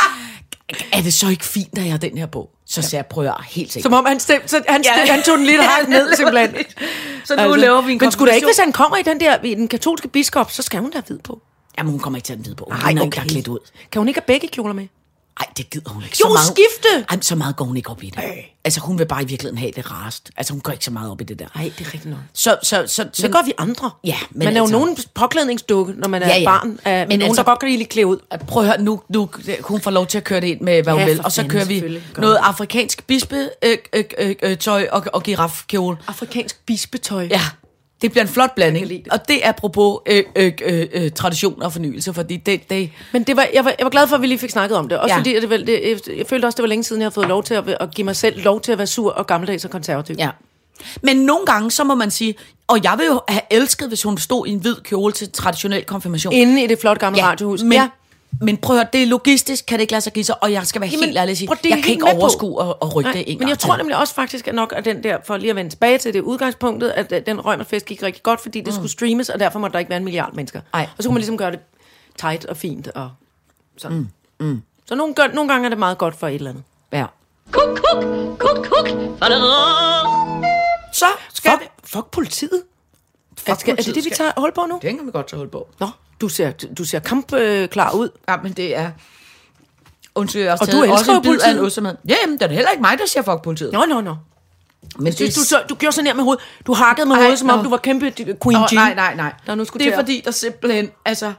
er det så ikke fint, at jeg har den her på? Så sagde jeg, prøv at helt sikkert. Som om han, stem, så han, Ja. ja. han tog den lidt hejt ned, simpelthen. Så nu laver vi en Men skulle da ikke, konfirmation. hvis han kommer i den der, i den katolske biskop, så skal hun da have hvid på. Jamen, hun kommer ikke til at den hvide på. Hun Ej, ligner okay. ikke, der er klædt ud. Kan hun ikke have begge kjoler med? Ej, det gider hun ikke. Jo, så meget. skifte! Ej, så meget går hun ikke op i det. Øh. Altså, hun vil bare i virkeligheden have det rarest. Altså, hun går ikke så meget op i det der. Nej, det er rigtigt nok. Så, så, så, så Det gør vi andre. Ja, men man er jo altså- nogen påklædningsdukke, når man er Ja, ja. barn. Af Men men nogen, altså- der godt kan lide klæde ud. Prøv at høre, nu, nu hun får lov til at køre det ind med, hvad hun Ja, vil. for Og så fanden, kører vi selvfølgelig. Gør noget det. afrikansk bispe øh, øh, øh, øh, tøj og, og girafkjole. Afrikansk bispetøj. Ja, det bliver en flot Jeg kan lide blanding. det. Og det er apropos øh, øh, øh, øh, tradition og fornyelse, fordi det... det Men det var, jeg, var, jeg var glad for, at vi lige fik snakket om det. Også Ja. ja. fordi, at det, vel- det, jeg, jeg følte også, det var længe siden, jeg havde fået lov til at, at give mig selv lov til at være sur og gammeldags og konservativ. ja. Men nogle gange, så må man sige... Og jeg vil jo have elsket, hvis hun stod i en hvid kjole til traditionel konfirmation. Inde i det flotte gamle Ja, radiohus. Men, Ja. men prøv at høre, det er logistisk, kan det ikke lade sig give sig, og jeg skal være Jamen, helt ærlig at sige, prøv, det er jeg jeg kan helt ikke med på. overskue og, og rykke Nej, det en men jeg gang tror til. nemlig også faktisk, at nok at den der, for lige at vende tilbage til det udgangspunktet, at øh, den Rømerfest gik rigtig godt, fordi det mm. skulle streames, og derfor måtte der ikke være en milliard mennesker. Ej. Og så kunne man ligesom gøre det tight og fint og sådan. Mm. Mm. Så nogle, gør, nogle gange er det meget godt for et eller andet. Ja. Kuk, kuk, kuk, kuk. Så skal Fuck. vi... Fuck politiet. Er, skal, er det det, vi tager hold på nu? Det kan vi godt tage hold på. Nå, du ser, du ser kampklar øh, ud. Ja, men det er... Undskyld, jeg har Og taget du elsker også en bid af en politiet? ostemad. Ja, jamen, det er heller ikke mig, der siger fuck politiet. Nå, nå, nå. Men Det, du, så, du gjorde sådan her med hovedet. Du hakkede med Ej, hovedet, som om nå. du var kæmpe Queen Åh, Jean. nej, nej, nej. Der nu skulle det er til at- fordi, der simpelthen... Altså,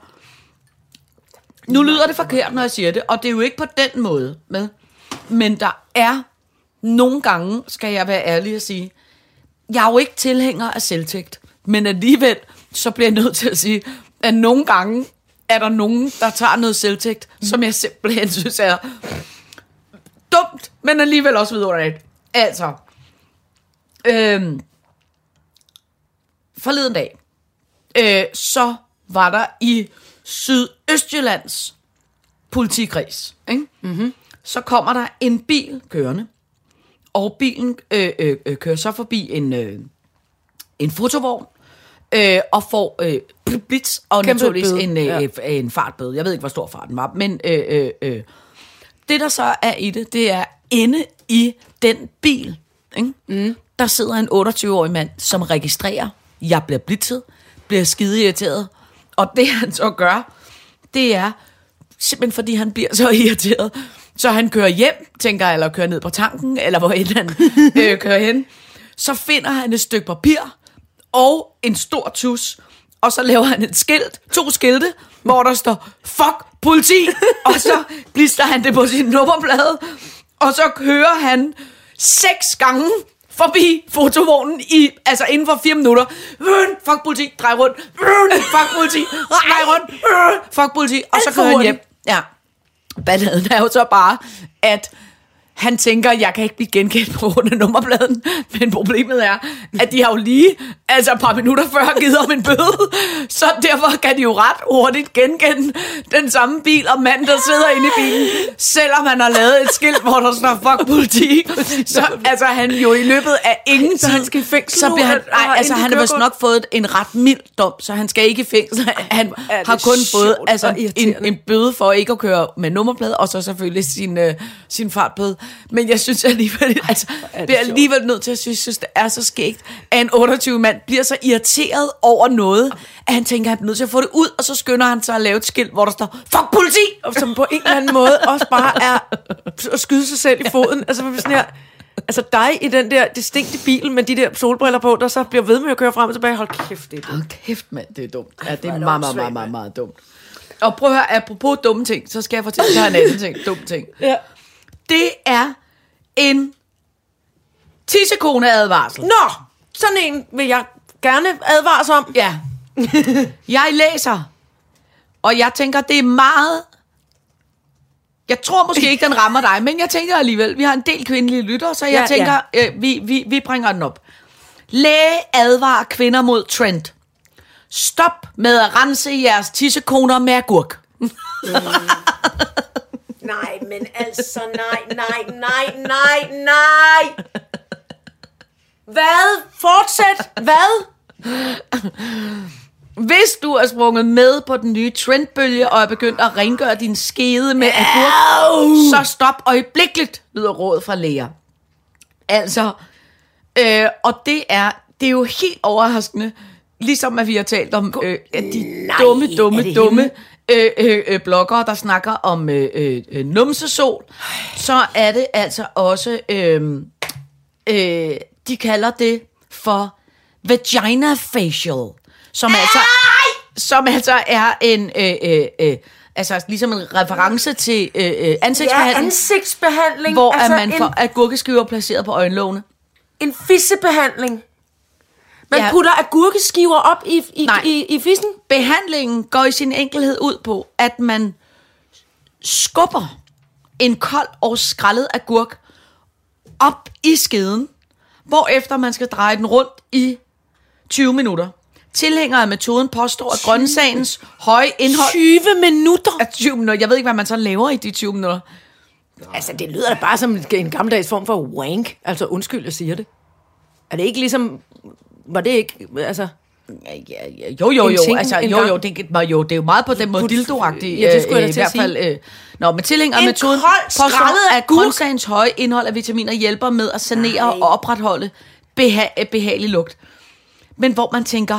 nu lyder det forkert, når jeg siger det, og det er jo ikke på den måde. Med. Men der er nogle gange, skal jeg være ærlig at sige, jeg er jo ikke tilhænger af selvtægt, men alligevel, så bliver jeg nødt til at sige, at nogle gange er der nogen, der tager noget selvtægt, mm. som jeg simpelthen synes er dumt, men alligevel også vidunderligt. Altså, øhm, forleden dag, øh, så var der i Sydøstjyllands politikreds, ikke? Mm-hmm. Så kommer der en bil kørende, og bilen øh, øh, øh, kører så forbi en, øh, en fotovogn, øh, og får øh, blitz, og Kæmpe naturligvis bøde. en, øh, Ja. øh, en fartbøde. Jeg ved ikke, hvor stor farten var, men øh, øh, øh, det, der så er i det, det er inde i den bil, ikke? Mm. Der sidder en otteogtyve-årig mand, som registrerer, jeg bliver blitzet, bliver skide irriteret, og det han så gør, det er simpelthen fordi han bliver så irriteret, så han kører hjem, tænker jeg, eller kører ned på tanken, eller hvor end han øh, kører hen. Så finder han et stykke papir og en stor tus, og så laver han et skilt, to skilte, hvor der står, fuck politi, og så blister han det på sin nummerplade, og så kører han seks gange forbi fotovognen i, altså inden for fire minutter. Fuck politi, drej rundt. Fuck politi, drej rundt. Fuck politi, og så Alt for kører han hurtigt. hjem. Ja. Balladen er jo så bare, at han tænker, jeg kan ikke blive genkendt på grund af nummerpladen, men problemet er, at de har jo lige, altså et par minutter før, givet om en bøde, så derfor kan de jo ret hurtigt genkende den samme bil og mand, der sidder inde i bilen, selvom han har lavet et skilt, hvor der står fuck politi. Så altså han jo i løbet af ingen Så han tid, skal i fængsel så nu, bliver han, og- nej, og altså inden han de har vist kører nok fået en ret mild dom, så han skal ikke i fængsel. Han er det har kun fået sjovt altså og en, irriterende. en bøde for ikke at køre med nummerplade, og så selvfølgelig sin, øh, sin fartbøde. Men jeg synes alligevel, altså, er det bliver sjovt. alligevel nødt til at synes, synes, det er så skægt, at en otteogtyve mand bliver så irriteret over noget, at han tænker, at han er nødt til at få det ud, og så skynder han sig at lave et skilt, hvor der står, fuck politi! Og som på en eller anden måde også bare er at skyde sig selv i foden. Altså, sådan her, altså dig i den der distinkte bil med de der solbriller på, der så bliver ved med at køre frem og tilbage. Hold kæft, det er dumt. Hold kæft, mand, det er dumt. Ja, det Hvor er er det meget, meget, åndssvagt, meget, meget, mand. meget dumt. Og prøv at høre, apropos dumme ting, så skal jeg fortælle dig en anden ting, dum ting. Ja. Det er en tissekone-advarsel. Nå, sådan en vil jeg gerne advares om. Ja. Jeg læser, og jeg tænker, det er meget... Jeg tror måske ikke, den rammer dig, men jeg tænker alligevel, vi har en del kvindelige lyttere, så jeg Ja, tænker, øh, vi, vi, vi bringer den op. Læge advarer kvinder mod trend. Stop med at rense jeres tissekoner med agurk. Nej, men altså, nej, nej, nej, nej, nej. Hvad? Fortsæt. Hvad? Hvis du er sprunget med på den nye trendbølge og er begyndt at rengøre din skede med agurk, så stop øjeblikkeligt, lyder rådet fra læger. Altså, øh, og det er, det er jo helt overraskende, ligesom at vi har talt om øh, at de Nej, dumme, er dumme, det dumme øh, øh, øh, bloggere, der snakker om øh, øh, numsesol, så er det altså også, øh, øh, de kalder det for vagina facial, som altså, som altså er en, øh, øh, øh, altså ligesom en reference til øh, øh, ansigtsbehandling, Ja, ansigtsbehandling. hvor altså altså man en, får agurkeskiver placeret på øjenlågene. en fissebehandling. Man Ja. putter agurkeskiver op i, i, Nej. i, i fissen. Behandlingen går i sin enkelhed ud på, at man skubber en kold og skrællet agurk op i skeden, hvorefter man skal dreje den rundt i tyve minutter. Tilhængere af metoden påstår, at grøntsagens høje indhold tyve minutter. er tyve minutter. Jeg ved ikke, hvad man så laver i de tyve minutter. Altså, det lyder da bare som en gammeldags form for wank. Altså, undskyld, jeg siger det. Er det ikke ligesom... Var det ikke... Altså... Ja, ja, ja. Jo, jo, En jo. ting Altså, en jo, gang. jo, det, jo, det er jo meget på den måde dildoagtigt. Ja, det skulle jeg da øh, til i at hvert fald. Øh. Nå, men tilhængere af En metoden kold, skrællet påstår, at agurk. grøntsagens høje indhold af vitaminer hjælper med at sanere Nej. og opretholde beha- behagelig lugt. Men hvor man tænker,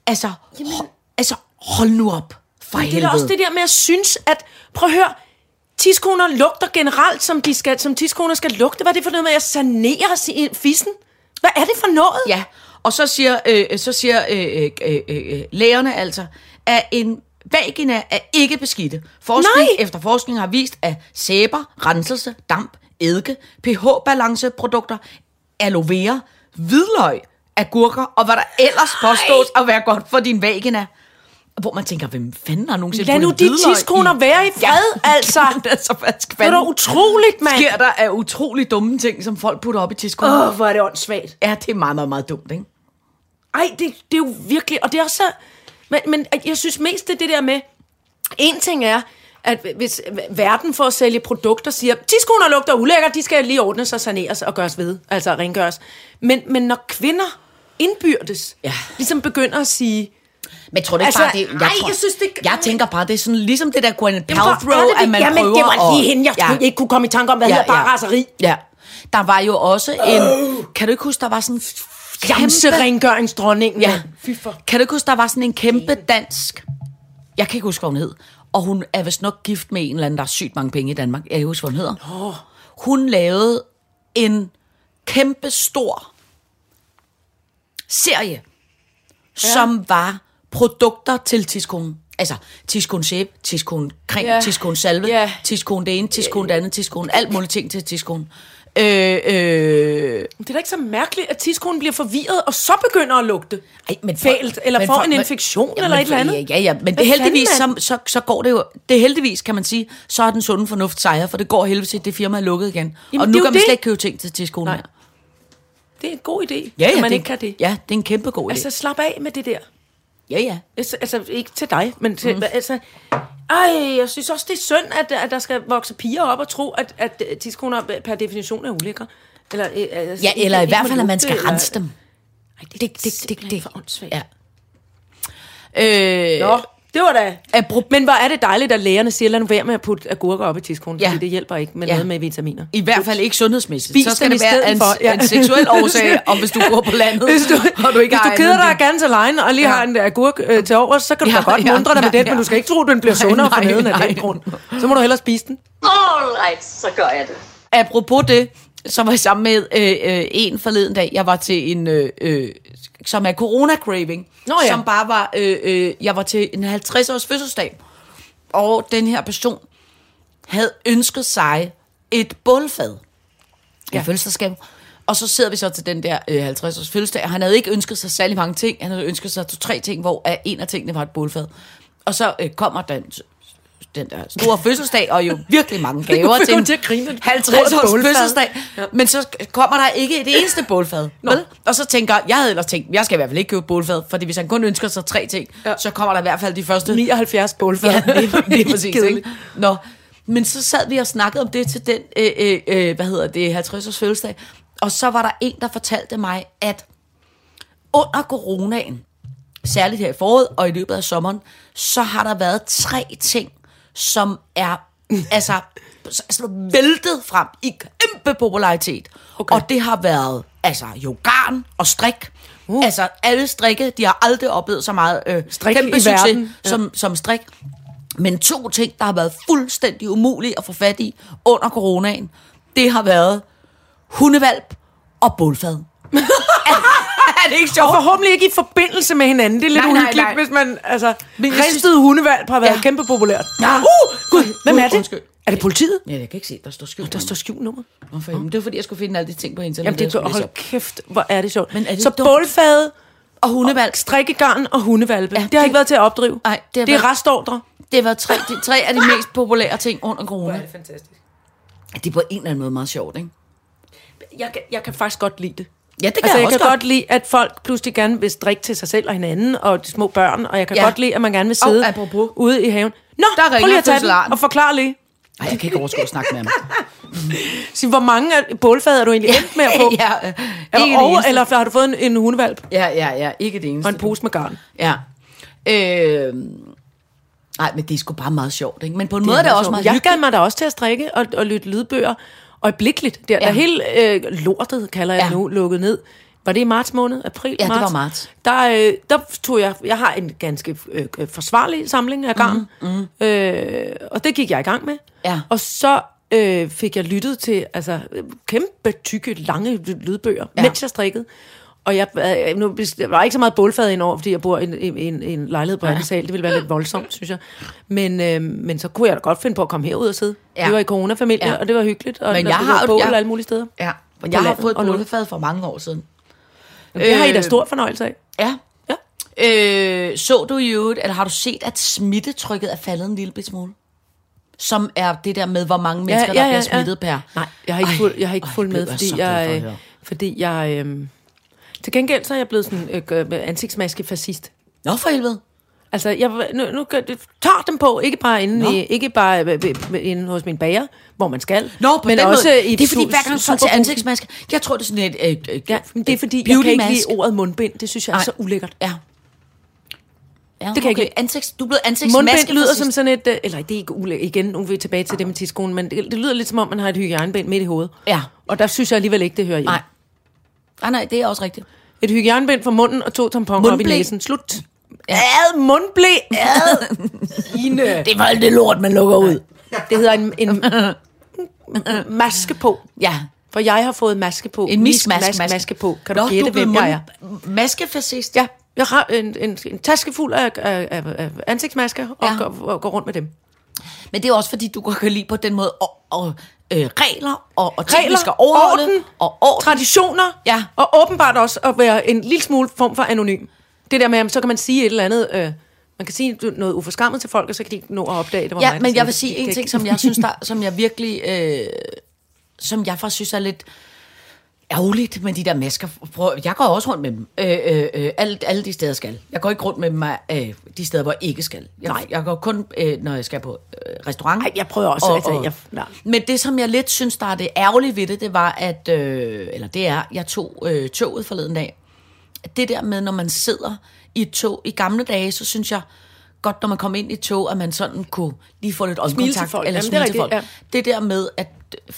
Altså, ho, altså hold nu op, for Men helvede. det er også det der med at synes, at... Prøv at høre, tidskoner lugter generelt, som, de skal, som tidskoner skal lugte. Hvad er det for noget med at sanere fissen? Hvad er det for noget? Ja, og så siger, øh, så siger øh, øh, øh, lægerne altså, at en vagina er ikke beskidte. Forskning Nej. efter forskning har vist, at sæber, renselse, damp, eddike, pH-balanceprodukter, aloe vera, hvidløg, agurker og hvad der ellers påstås at være godt for din vagina. Hvor man tænker, hvem fanden har nogensinde Lad nu de tidskoner være i fred, ja. altså. Det er så faktisk Det er da utroligt, mand. sker der af utrolig dumme ting, som folk putter op i tidskoner. Åh, oh, hvor er det åndssvagt. Ja, det er meget, meget, meget dumt, ikke? Ej, det, det er jo virkelig... Og det er også så... Men, men jeg synes mest, det er det der med... En ting er, at hvis verden for at sælge produkter siger, tidskoner lugter ulækkert, de skal lige ordnes og saneres og gøres ved, altså rengøres. Men, men når kvinder indbyrdes Ja. ligesom begynder at sige... Men tror du ikke Altså, bare, det... Jeg, ej, tror, jeg synes, det- Jeg tænker bare, det er sådan, ligesom det der Gwyneth Jamen, hvor er Paltrow, det, at man jamen, prøver det var lige hende, jeg ja. ikke kunne komme i tanke om, hvad Ja, hedder bare ja. raseri. Ja. Der var jo også en... Kan du ikke huske, der var sådan... Jamse rengøringsdronningen. Ja. Fy for. Kan du ikke huske, der var sådan en kæmpe dansk... Jeg kan ikke huske, hvad hun hed. Og hun er vist nok gift med en eller anden, der har sygt mange penge i Danmark. Jeg kan ikke huske, hvad hun hedder. Oh. Hun lavede en kæmpe stor serie, ja. som var produkter til tidskonen. Altså, tidskone sæbe, tidskone creme, Ja. tidskone salve, Ja. tidskone det ene, tidskone det andet, tidskone, alt muligt ting til tidskonen. Øh, øh, Det er da ikke så mærkeligt, at tidskonen bliver forvirret, og så begynder at lugte. Ej, men Fælt, eller men får for- en men- infektion, ja, eller men et eller for- andet. Ja, ja, men det Hvad heldigvis, så, fanden, så, så går det jo... Det er heldigvis, kan man sige, så er den sunde fornuft sejre, for det går heldigvis, at det firma er lukket igen. Jamen, og det nu er jo kan man det. slet ikke købe ting til tidskolen Nej. her. Det er en god idé, Ja, ja, at man det, ikke kan det. Ja, det er en kæmpe god idé. Altså, slap af med det der. Ja, ja. Altså, altså ikke til dig, men til... Mm. Altså, ej, jeg synes også, det er synd, at, at der skal vokse piger op og tro, at, at tidskoner per definition er ulækre. Eller, øh, altså, Ja, ikke- eller i ikke hvert må fald, at man lugte, skal eller- rense dem. Ej, det, Det, det, det, det, det. for åndssvagt. Ja. Øh, Nå, det var da... Apropos- Men hvor er det dejligt, at lægerne siger, lad nu være med at putte agurker op i tidskonen, Ja. fordi det hjælper ikke med Ja. noget med vitaminer. I hvert fald ikke sundhedsmæssigt. Spis så skal dem det i være stedet en, for, ja. en seksuel årsag, og hvis du går på landet, Hvis du, og du ikke hvis har du keder andet dig end af ganske alene, og lige Ja. har en agurk øh, til overs, så kan du Ja, da godt ja, mundre dig ja, med den, ja. men du skal ikke tro, at den bliver Nej, sundere for nej, neden af nej. den grund. Så må du hellere spise den. Alright, så gør jeg det. Apropos det, så var jeg sammen med øh, øh, en forleden dag. Jeg var til en, øh, øh, som er corona-craving. Nå ja. Som bare var, øh, øh, jeg var til en halvtreds års fødselsdag. Og den her person havde ønsket sig et bålfad. Ja. Ja. I fødselsdagsgave. Og så sidder vi så til den der øh, halvtreds års fødselsdag, og han havde ikke ønsket sig særlig mange ting. Han havde ønsket sig to-tre ting, hvor af en af tingene var et bålfad. Og så øh, kommer den, den der store fødselsdag, og jo virkelig mange gaver fik til hun en til at grine. halvtreds års Bålfad. fødselsdag. Ja. Men så kommer der ikke et eneste bålfad. Vel? Og så tænker jeg, jeg havde ellers tænkt, jeg skal i hvert fald ikke købe et bålfad, fordi hvis han kun ønsker sig tre ting, ja. så kommer der i hvert fald de første nioghalvfjerds bålfad. Ja, det, det er præcis. Kedeligt. Ikke? Nå, men så sad vi og snakkede om det til den, øh, øh, øh, hvad hedder det, halvtreds års fødselsdag, og så var der en, der fortalte mig, at under coronaen, særligt her i foråret og i løbet af sommeren, så har der været tre ting, som er altså, altså væltet frem i kæmpe popularitet. Okay. Og det har været altså jo garn og strik. Uh. Altså alle strikke, de har aldrig oplevet så meget øh, Strik kæmpe i succes verden. Ja. som, som strik. Men to ting, der har været fuldstændig umulige at få fat i under coronaen, det har været hundevalp og bålfad. Er det ikke sjovt? Og forhåbentlig ikke i forbindelse med hinanden. Det er lidt Nej, nej, uhyggeligt, nej. hvis man... Altså, Men jeg ristet synes- hundevalp har været Ja. kæmpe populært. Ja. Uh, Gud, hvem er det? Undskyld. Er det politiet? Ja, jeg kan ikke se, der står skjult. Der står skjult nummer. Hvorfor? Jamen, det var fordi, jeg skulle finde alle de ting på internet. Jamen, det jeg er skulle læse hold op. kæft, hvor er det sjovt. Men er det så dumt? bålfade, Og hundevalp. strikkegarn og hundevalpe. Ja, Ja, det har det- ikke været til at opdrive. Nej, det har det er været- restordre. Det var tre, de, tre af de mest populære ting under corona. det fantastisk. Det er på en eller anden måde meget sjovt, ikke? Jeg kan, jeg kan faktisk godt lide det. Ja, det kan Altså, jeg jeg også kan godt. godt lide, at folk pludselig gerne vil strikke til sig selv og hinanden, og de små børn, og jeg kan Ja. ja. godt lide, at man gerne vil Og sidde apropos. ude i haven. Nå, Der ringer prøv lige at tage den fødselaren. og forklare lige. Ej, jeg kan ikke overskue at snakke med ham. Sig, hvor mange af bålfad er du egentlig endt med at få? ja, Er ikke du det over, eneste. eller har du fået en, en hundevalp Ja, ja, ja, ikke det eneste. og en pose med garn? Ja. Øh, nej, men det er sgu bare meget sjovt, ikke? Men på en måde er det også meget Jeg hyggeligt. gav mig da også til at strikke og, og lytte lydbøger øjeblikkeligt. Der, Ja. ja. der hele øh, lortet, kalder jeg Ja. ja. nu, lukket ned. Var det i marts måned? April? Ja, marts? det var marts. Der, øh, der tog jeg... Jeg har en ganske øh, forsvarlig samling af garn. Mm, mm. Øh, og det gik jeg i gang med. Ja. Og så øh, fik jeg lyttet til altså, kæmpe, tykke, lange lydbøger, ja. mens jeg strikkede. Og jeg, øh, nu, der var ikke så meget bålfad indover, fordi jeg bor i en, i en, i en lejlighed på anden sal. Det ville være lidt voldsomt, synes jeg. Men, øh, men så kunne jeg da godt finde på at komme herud og sidde. Ja. Det var i coronafamilie, ja. og det var hyggeligt. Og men der, jeg der har bål jeg, alle mulige steder. Ja, men jeg har fået et bålfad for mange år siden. Det øh, har I da stor fornøjelse af. Ja. ja. Øh, så du jo, eller har du set, at smittetrykket er faldet en lille bit smule? Som er det der med, hvor mange mennesker, ja, ja, ja, der bliver smittet ja. per. Nej, jeg har ikke fulgt, jeg har ikke fulgt med, fordi jeg, øh, fordi jeg... Øh, til gengæld så er jeg blevet sådan øh, ansigtsmaske-fascist. Nå, for helvede. Altså, jeg nu, nu tager dem på, ikke bare inde, i, ikke bare øh, inde hos min bager, hvor man skal. Nå, på men den også måde. I det er fordi, hver gang folk til ansigtsmaske, jeg tror, det er sådan et... Øh, øh, ja, det er fordi, jeg kan ikke lide ordet mundbind. Det synes jeg er Ej. så ulækkert. Ja. Ja, det kan okay. jeg ikke. Ansigts, du er blevet ansigtsmaske. Mundbind lyder som sådan et... Eller det er ikke ulækkert. Igen, nu vil vi tilbage til det med tidskolen, men det, det lyder lidt som om, man har et hygiejnebind midt i hovedet. Ja. Og der synes jeg alligevel ikke, det hører hjemme. Nej. Ah, nej, det er også rigtigt. Et hygiejnebind for munden og to tamponer op i næsen. Slut. Ja. Ad, mundblæ. Ad. Ine. Det er alt det lort, man lukker ud. Det hedder en, en maske på. Ja. For jeg har fået maske på. En mismaske maske, maske på. Kan Nå, du gætte, hvem jeg er? Maskefascist? Ja. Jeg har en, en, en taske fuld af, af, af, af ansigtsmasker og, ja. går, og går rundt med dem. Men det er også fordi, du kan lide på den måde og, og øh, regler og, og ting, regler, vi skal overholde. Orden, og orden. Traditioner. Ja. Og åbenbart også at være en lille smule form for anonym. Det der med, at så kan man sige et eller andet... Øh, man kan sige noget uforskammet til folk, og så kan de ikke nå at opdage det. Hvor ja, meget men det jeg vil sige en ting, som jeg synes, der, som jeg virkelig... Øh, som jeg faktisk synes er lidt... ærgerligt med de der masker. Jeg går også rundt med dem. Øh, øh, øh, alle, alle de steder skal. Jeg går ikke rundt med dem øh, de steder, hvor jeg ikke skal. Jeg, Nej. jeg går kun, øh, når jeg skal på øh, restaurant. Nej, jeg prøver også. Og, altså, og, jeg, ja. Men det, som jeg lidt synes, der er det ærgerlige ved det, det var, at... Øh, eller det er, jeg tog øh, toget forleden dag. Det der med, når man sidder i et tog. I gamle dage, så synes jeg godt, når man kom ind i et tog, at man sådan kunne lige få lidt øjenkontakt. Eller Jamen, smile til folk. Ja. Det der med, at...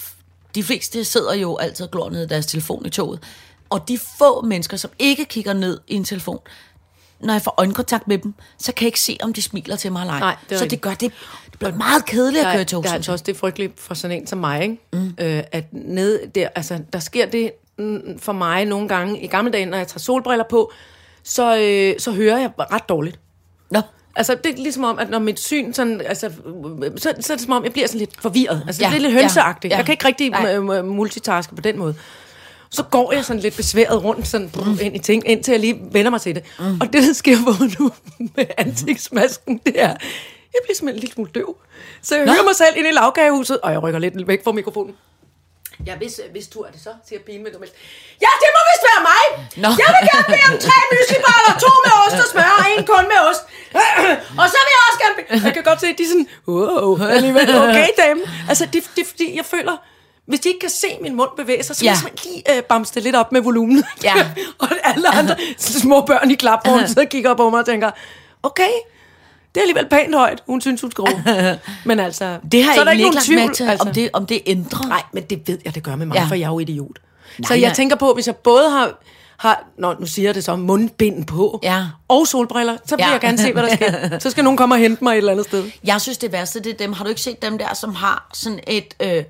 De fleste sidder jo altid og glor ned i deres telefon i toget. Og de få mennesker, som ikke kigger ned i en telefon, når jeg får øjenkontakt med dem, så kan jeg ikke se, om de smiler til mig eller ej. Nej, det så det gør det, det bliver meget kedeligt at køre i tog. Det er altså også det frygteligt for sådan en som mig, ikke? Mm. Øh, at ned der, altså, der sker det for mig nogle gange i gamle dage, når jeg tager solbriller på, så, øh, så hører jeg ret dårligt. Nå. Altså, det er ligesom om, at når mit syn sådan, altså, så, så er det som om, jeg bliver sådan lidt forvirret. Altså, ja, det er lidt hønseagtigt. Ja, ja. Jeg kan ikke rigtig m- multitaske på den måde. Så går jeg sådan lidt besværet rundt sådan, mm. ind i ting, indtil jeg lige vender mig til det. Mm. Og det, der sker både nu med ansigtsmasken, det er, jeg bliver simpelthen en lille smule døv. Så jeg Nå. hører mig selv ind i lavkagehuset, og jeg rykker lidt væk fra mikrofonen. Ja, hvis, hvis du er det så, siger pigen med dummest. Ja, det må vist være mig! Nå. Jeg vil gerne bede om tre mysliballer, to med ost og smør, og en kun med ost. Og så vil jeg også gerne bede... Jeg kan godt se, at de er sådan... Wow, alligevel, okay, dame. Altså, det, det er fordi, jeg føler... Hvis de ikke kan se min mund bevæge sig, så ja. må jeg lige øh, bamse det lidt op med volumen. Ja. Og alle andre små børn i klapvognen sidder og kigger på mig og tænker... Okay... Det er alligevel pænt højt. Hun synes, hun skal ro. Men altså... Det har så er der ikke nogen tvivl, til, altså. om, det, om det ændrer. Nej, men det ved jeg, det gør med mig, ja. For jeg er jo idiot. Nej, så jeg nej. tænker på, hvis jeg både har... har nå, nu siger jeg det så, mundbind på, ja. og solbriller, så vil ja. jeg gerne se, hvad der sker. Så skal nogen komme og hente mig et eller andet sted. Jeg synes, det værste, det er dem. Har du ikke set dem der, som har sådan et... Øh,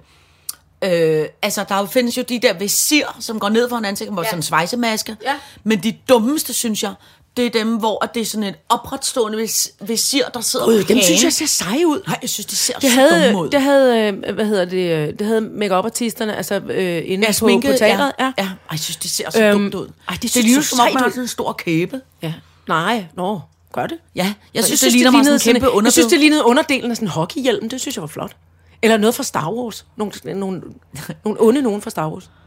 øh, altså, der findes jo de der visir, som går ned for en ansigt, hvor ja. sådan en svejsemaske. Ja. Men de dummeste, synes jeg... Det er dem, hvor det er sådan et opretstående vis, visir, der sidder på dem synes jeg ser seje ud. Nej, jeg synes, det ser det så havde, dumme ud. Det havde, hvad hedder det, det havde make-up-artisterne, altså øh, inde ja, på, på teateret. Ja. Ja. Ja. Ej, jeg synes, det ser så øhm, dumt ud. Ej, det, det ligner som om, man har sådan en stor kæbe. Ja. Nej, nå, gør det. Ja, jeg, jeg synes, synes, det ligner mig sådan en kæmpe underbid. Jeg synes, det lignede underdelen af sådan en hockeyhjelm. Det synes jeg var flot. Eller noget fra Star Wars. Nogle, nogle, nogle onde nogen fra Star Wars.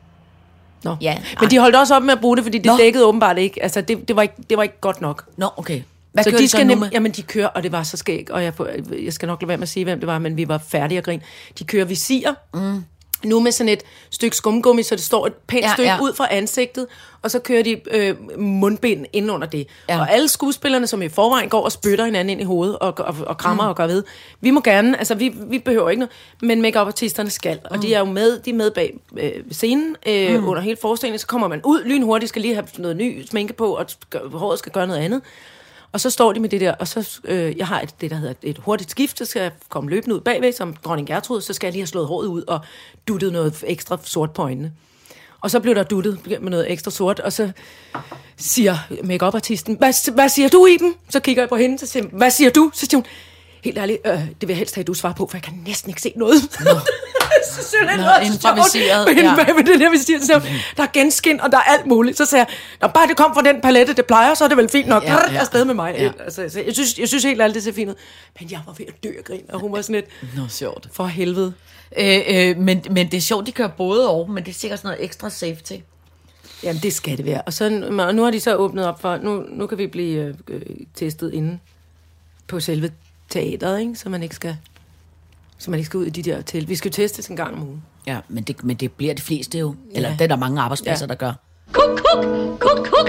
Nå. Ja, men de holdt også op med at bruge det, fordi det Nå. dækkede åbenbart ikke. Altså, det, det, var ikke, det var ikke godt nok. Nå, okay. Hvad så de, de skal nem, jamen, de kører, og det var så skæg, og jeg, jeg skal nok lade være med at sige, hvem det var, men vi var færdige at grine. De kører visirer, mm. Nu med sådan et stykke skumgummi, så det står et pænt Ja, stykke ja. ud fra ansigtet, og så kører de øh, mundbind ind under det. Ja. Og alle skuespillerne, som i forvejen går og spytter hinanden ind i hovedet, og, og, og krammer mm. og går ved, vi må gerne, altså vi, vi behøver ikke noget, men make-up-artisterne skal, og mm. de er jo med, de er med bag øh, scenen øh, mm. under hele forestillingen, så kommer man ud lynhurtigt, skal lige have noget ny sminke på, og håret skal gøre noget andet. Og så står de med det der, og så, øh, jeg har et, det, der hedder et hurtigt skift, så skal jeg komme løbende ud bagved, som dronning Gertrud, så skal jeg lige have slået håret ud og duttet noget ekstra sort på øjnene. Og så blev der duttet med noget ekstra sort, og så siger make-up-artisten, hvad, hvad siger du, Iben? Så kigger jeg på hende, så siger jeg, hvad siger du? Så siger hun, helt ærligt, øh, det vil jeg helst have, at du svarer på, for jeg kan næsten ikke se noget. Nå. Så synes jeg, det er improviseret, men ja. med det der visir, så siger, der er genskin, og der er alt muligt. Så siger jeg, når bare det kom fra den palette, det plejer, så er det vel fint nok. Ja, ja. Afsted med mig. Ja. Altså, så jeg, synes, jeg synes helt ærligt, det ser fint ud. Men jeg var ved at dø af grin, og hun var sådan lidt, Nå, sjovt. for helvede. Øh, øh, men, men det er sjovt, de kører både over, men det er sikkert sådan noget ekstra safety. Jamen, det skal det være. Og, så, og nu har de så åbnet op for, nu, nu kan vi blive øh, testet inde på selve teateret, ikke? Så man ikke skal... Så man ikke skal ud i de der til. Vi skal jo testes en gang om ugen. Ja, men det, men det bliver de fleste jo. Eller Ja. det er der mange arbejdspladser, Ja. der gør. Kuk, kuk, kuk, kuk.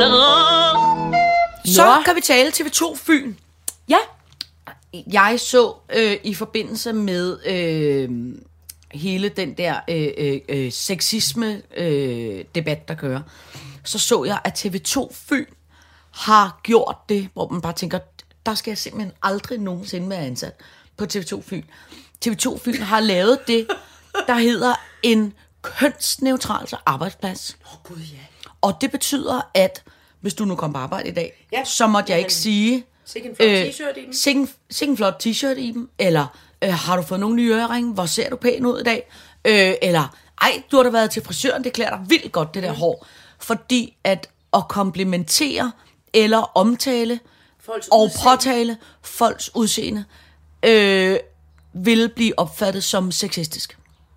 Så kan vi tale T V to Fyn. Ja. Jeg så øh, i forbindelse med øh, hele den der øh, øh, øh, sexisme-debat, øh, der kører, så så jeg, at T V to Fyn har gjort det, hvor man bare tænker, der skal jeg simpelthen aldrig nogensinde være ansat på T V to Fyn. T V to Fyn har lavet det, der hedder en kønsneutral arbejdsplads. Åh, oh, gud, ja. Og det betyder, at hvis du nu kommer på arbejde i dag, Ja. så måtte jeg ikke sige... Sikke en flot t-shirt i dem. Sikke en, sikke en flot t-shirt i dem, eller øh, har du fået nogle nye øreringe, hvor ser du pæn ud i dag, øh, eller ej, du har da været til frisøren, det klæder dig vildt godt, det der mm. hår. Fordi at, at komplimentere eller omtale Folks og udseende. påtale folks udseende, øh, vil blive opfattet som sexistisk.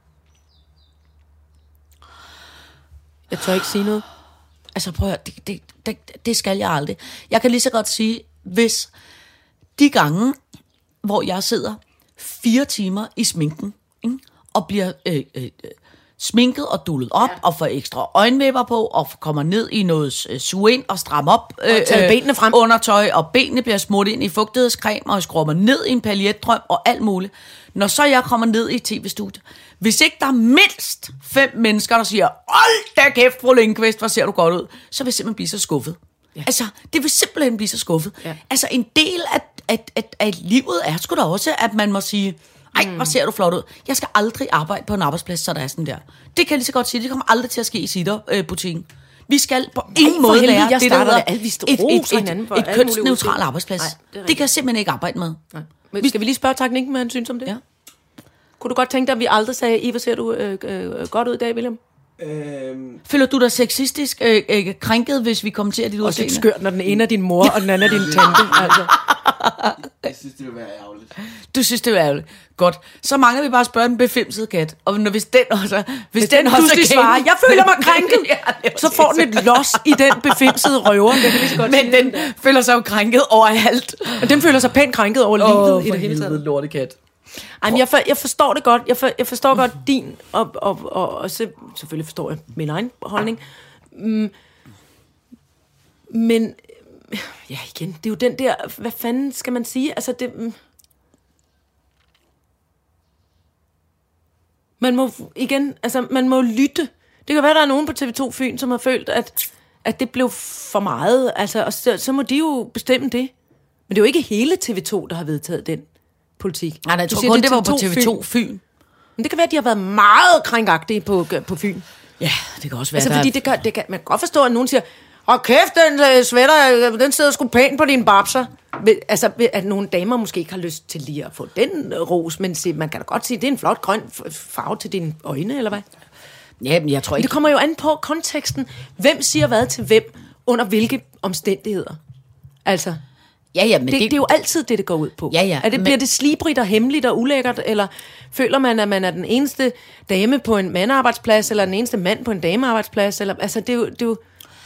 Jeg tør ikke sige noget. Altså prøv at høre, det, det, det, det skal jeg aldrig. Jeg kan lige så godt sige, hvis de gange, hvor jeg sidder fire timer i sminken, ikke, og bliver øh, øh, sminket og dullet op, ja. og får ekstra øjenvipper på, og kommer ned i noget øh, suge ind og stramme op, øh, Og taget benene frem. undertøj, og benene bliver smurt ind i fugtighedscreme, og jeg skruer mig ned i en paljetdrøm, og alt muligt. Når så jeg kommer ned i et tv-studie, hvis ikke der er mindst fem mennesker, der siger, hold da kæft, fru Lindqvist, hvor ser du godt ud, så vil jeg simpelthen blive så skuffet. Ja. Altså, det vil simpelthen blive så skuffet. Ja. Altså, en del af, af, af, af livet er sgu da også, at man må sige, ej, hvor ser du flot ud. Jeg skal aldrig arbejde på en arbejdsplads, så der er sådan der. Det kan jeg lige så godt sige, det kommer aldrig til at ske i Sitter-butikken. Vi skal på ingen måde helvede, være jeg det, der starter hedder det. Alle vi står et, og et, roser et, hinanden for et, et alle mulige kønsneutral udseende. arbejdsplads. Nej, det er det, rigtigt. det kan jeg simpelthen ikke arbejde med. Nej. Men skal vi lige spørge teknikken, hvad han synes om det? Ja. Kunne du godt tænke dig, at vi aldrig sagde, I, hvor ser du øh, øh, godt ud i dag, William? Øhm, Føler du dig sexistisk øh, øh, krænket, hvis vi kommenterer dit Også udseende? lidt skørt, når den ene er din mor, og den anden er din tante. Altså. jeg synes, det vil være ærgerligt. Du synes, det er ærgerligt. Godt. Så mangler vi bare at spørge den befimsede kat. Og når, hvis den også, hvis Hvis den den også pludselig er svarer, jeg føler mig krænket, Ja, det er så får den et los i den befimsede røver. Det kan lige så godt Men sige den det. føler sig jo krænket overalt. Og den føler sig pænt krænket over livet i det hele taget. lortekat. Ej, men jeg, for, jeg forstår det godt. Jeg, for, jeg forstår godt din, og, og, og, og så, selvfølgelig forstår jeg min egen holdning. Mm, men, ja igen, det er jo den der, hvad fanden skal man sige? Altså, det... Mm, man må, igen, altså, man må lytte. Det kan være, der er nogen på T V to Fyn, som har følt, at, at det blev for meget. Altså, og så, så må de jo bestemme det. Men det er jo ikke hele T V to, der har vedtaget den politik. Nej, nej, jeg Du tror siger, kun, er det var på T V to Fyn. Fyn. Men det kan være, at de har været meget krænkagtige på, på Fyn. Ja, det kan også være, Altså, der fordi det kan, det kan, man kan godt forstå, at nogen siger, åh kæft, den uh, sweater, den sidder sgu pænt på dine babser. Men, altså, at nogle damer måske ikke har lyst til lige at få den uh, ros, men se, man kan da godt sige, det er en flot grøn farve til dine øjne, eller hvad? Ja, men jeg tror Men ikke... det kommer jo an på konteksten. Hvem siger hvad til hvem, under hvilke omstændigheder? Altså... Ja, ja, men Det, det, det er jo altid det, det går ud på. Ja, ja, Er det, men- bliver det slibrigt og hemmeligt og ulækkert, eller føler man, at man er den eneste dame på en mandearbejdsplads, eller den eneste mand på en damearbejdsplads? Eller, altså, det er jo... Det er jo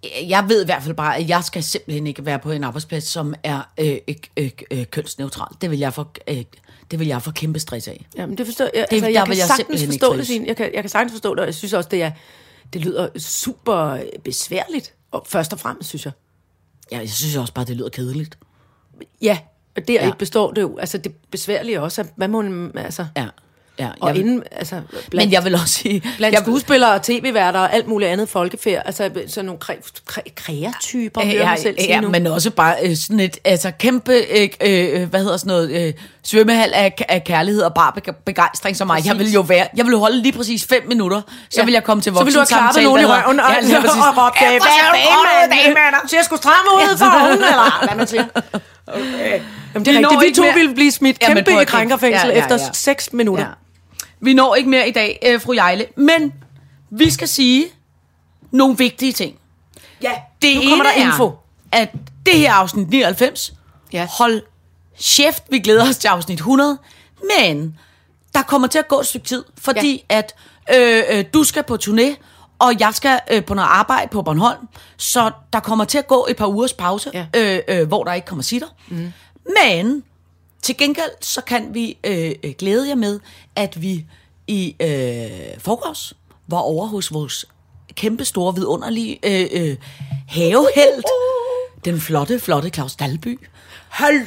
Jeg ved i hvert fald bare, at jeg skal simpelthen ikke være på en arbejdsplads, som er øh, øh, øh, kønsneutral. Det vil jeg få, øh, det vil jeg få kæmpe stress af. Jamen, det forstår jeg. Det, Altså, der jeg vil kan jeg sagtens simpelthen forstå ikke det, trives. Signe. Jeg kan, jeg kan sagtens forstå det, og jeg synes også, det er, det lyder super besværligt. Og først og fremmest, synes jeg. Ja, jeg synes også bare, det lyder kedeligt. Ja, og der Ja. ja. består det jo. Altså, det besværlige også, at hvad må man, altså... Ja, ja. Og Jeg vil, inden, altså... Blandt, men jeg vil også sige... blandt jeg, skuespillere og tv-værter og alt muligt andet folkefærd, altså sådan nogle kre, kre, kreatyper, hører ja, man selv sige ja, nu. men også bare øh, sådan et altså kæmpe, øh, øh, hvad hedder sådan noget, øh, svømmehal af, af kærlighed og bare beg- begejstring som mig. Præcis. Jeg vil jo være, jeg vil jo holde lige præcis fem minutter, så Ja. vil jeg komme til Så vil du have klappet nogen i røven og, ja, lige præcis. og råbt, hvad er det, mand? Så jeg skulle stramme ud for oven, eller hvad man siger. Okay. Jamen, det er Vi når rigtigt. Vi ikke to mere- ville blive smidt Jamen, kæmpe prøv i at- krænkerfængsel ja, ja, efter ja. seks minutter. Ja. Vi når ikke mere i dag, øh, fru Jejle, men vi skal sige nogle vigtige ting. Ja, Det nu kommer ene der info. er, at det her afsnit nioghalvfems, Ja. hold kæft, vi glæder os til afsnit hundrede, men der kommer til at gå et stykke tid, fordi ja. at øh, øh, du skal på turné, og jeg skal øh, på noget arbejde på Bornholm, så der kommer til at gå et par ugers pause, Ja. øh, øh, hvor der ikke kommer sitter. Mm. Men til gengæld, så kan vi øh, øh, glæde jer med, at vi i øh, forgårs var over hos vores kæmpe store, vidunderlige øh, øh, havehelt, den flotte, flotte Claus Dalby. Hallo,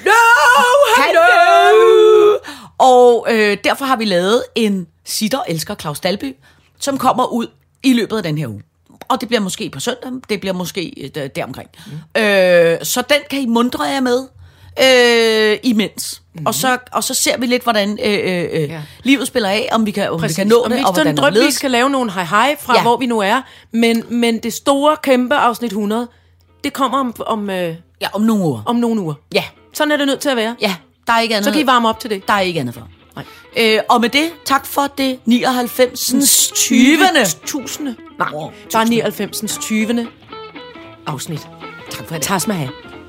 Hallo! Og øh, derfor har vi lavet en Sitter elsker Claus Dalby, som kommer ud i løbet af den her uge. Og det bliver måske på søndag, det bliver måske øh, deromkring. Mm. Øh, så den kan I mundre jer med øh, imens. Mm-hmm. Og, så, og så ser vi lidt, hvordan øh, øh, Ja. livet spiller af, om vi kan, om vi Præcis. kan nå Om det, vi og hvordan sådan det drømmevis ledes. skal lave nogle hej-hej fra, Ja. ja. hvor vi nu er. Men, men det store, kæmpe afsnit hundrede, det kommer om, om, øh, Ja, om nogle uger. om nogle uger. Ja, Sådan er det nødt til at være. ja, der er ikke andet. Så kan I varme op til det. Der er ikke andet for. Nej. Øh, og med det, tak for det nioghalvfems. tyvende. Tusinde. Nej, Wow. der er nioghalvfems. tyvende afsnit. Tak for det. Tas med have.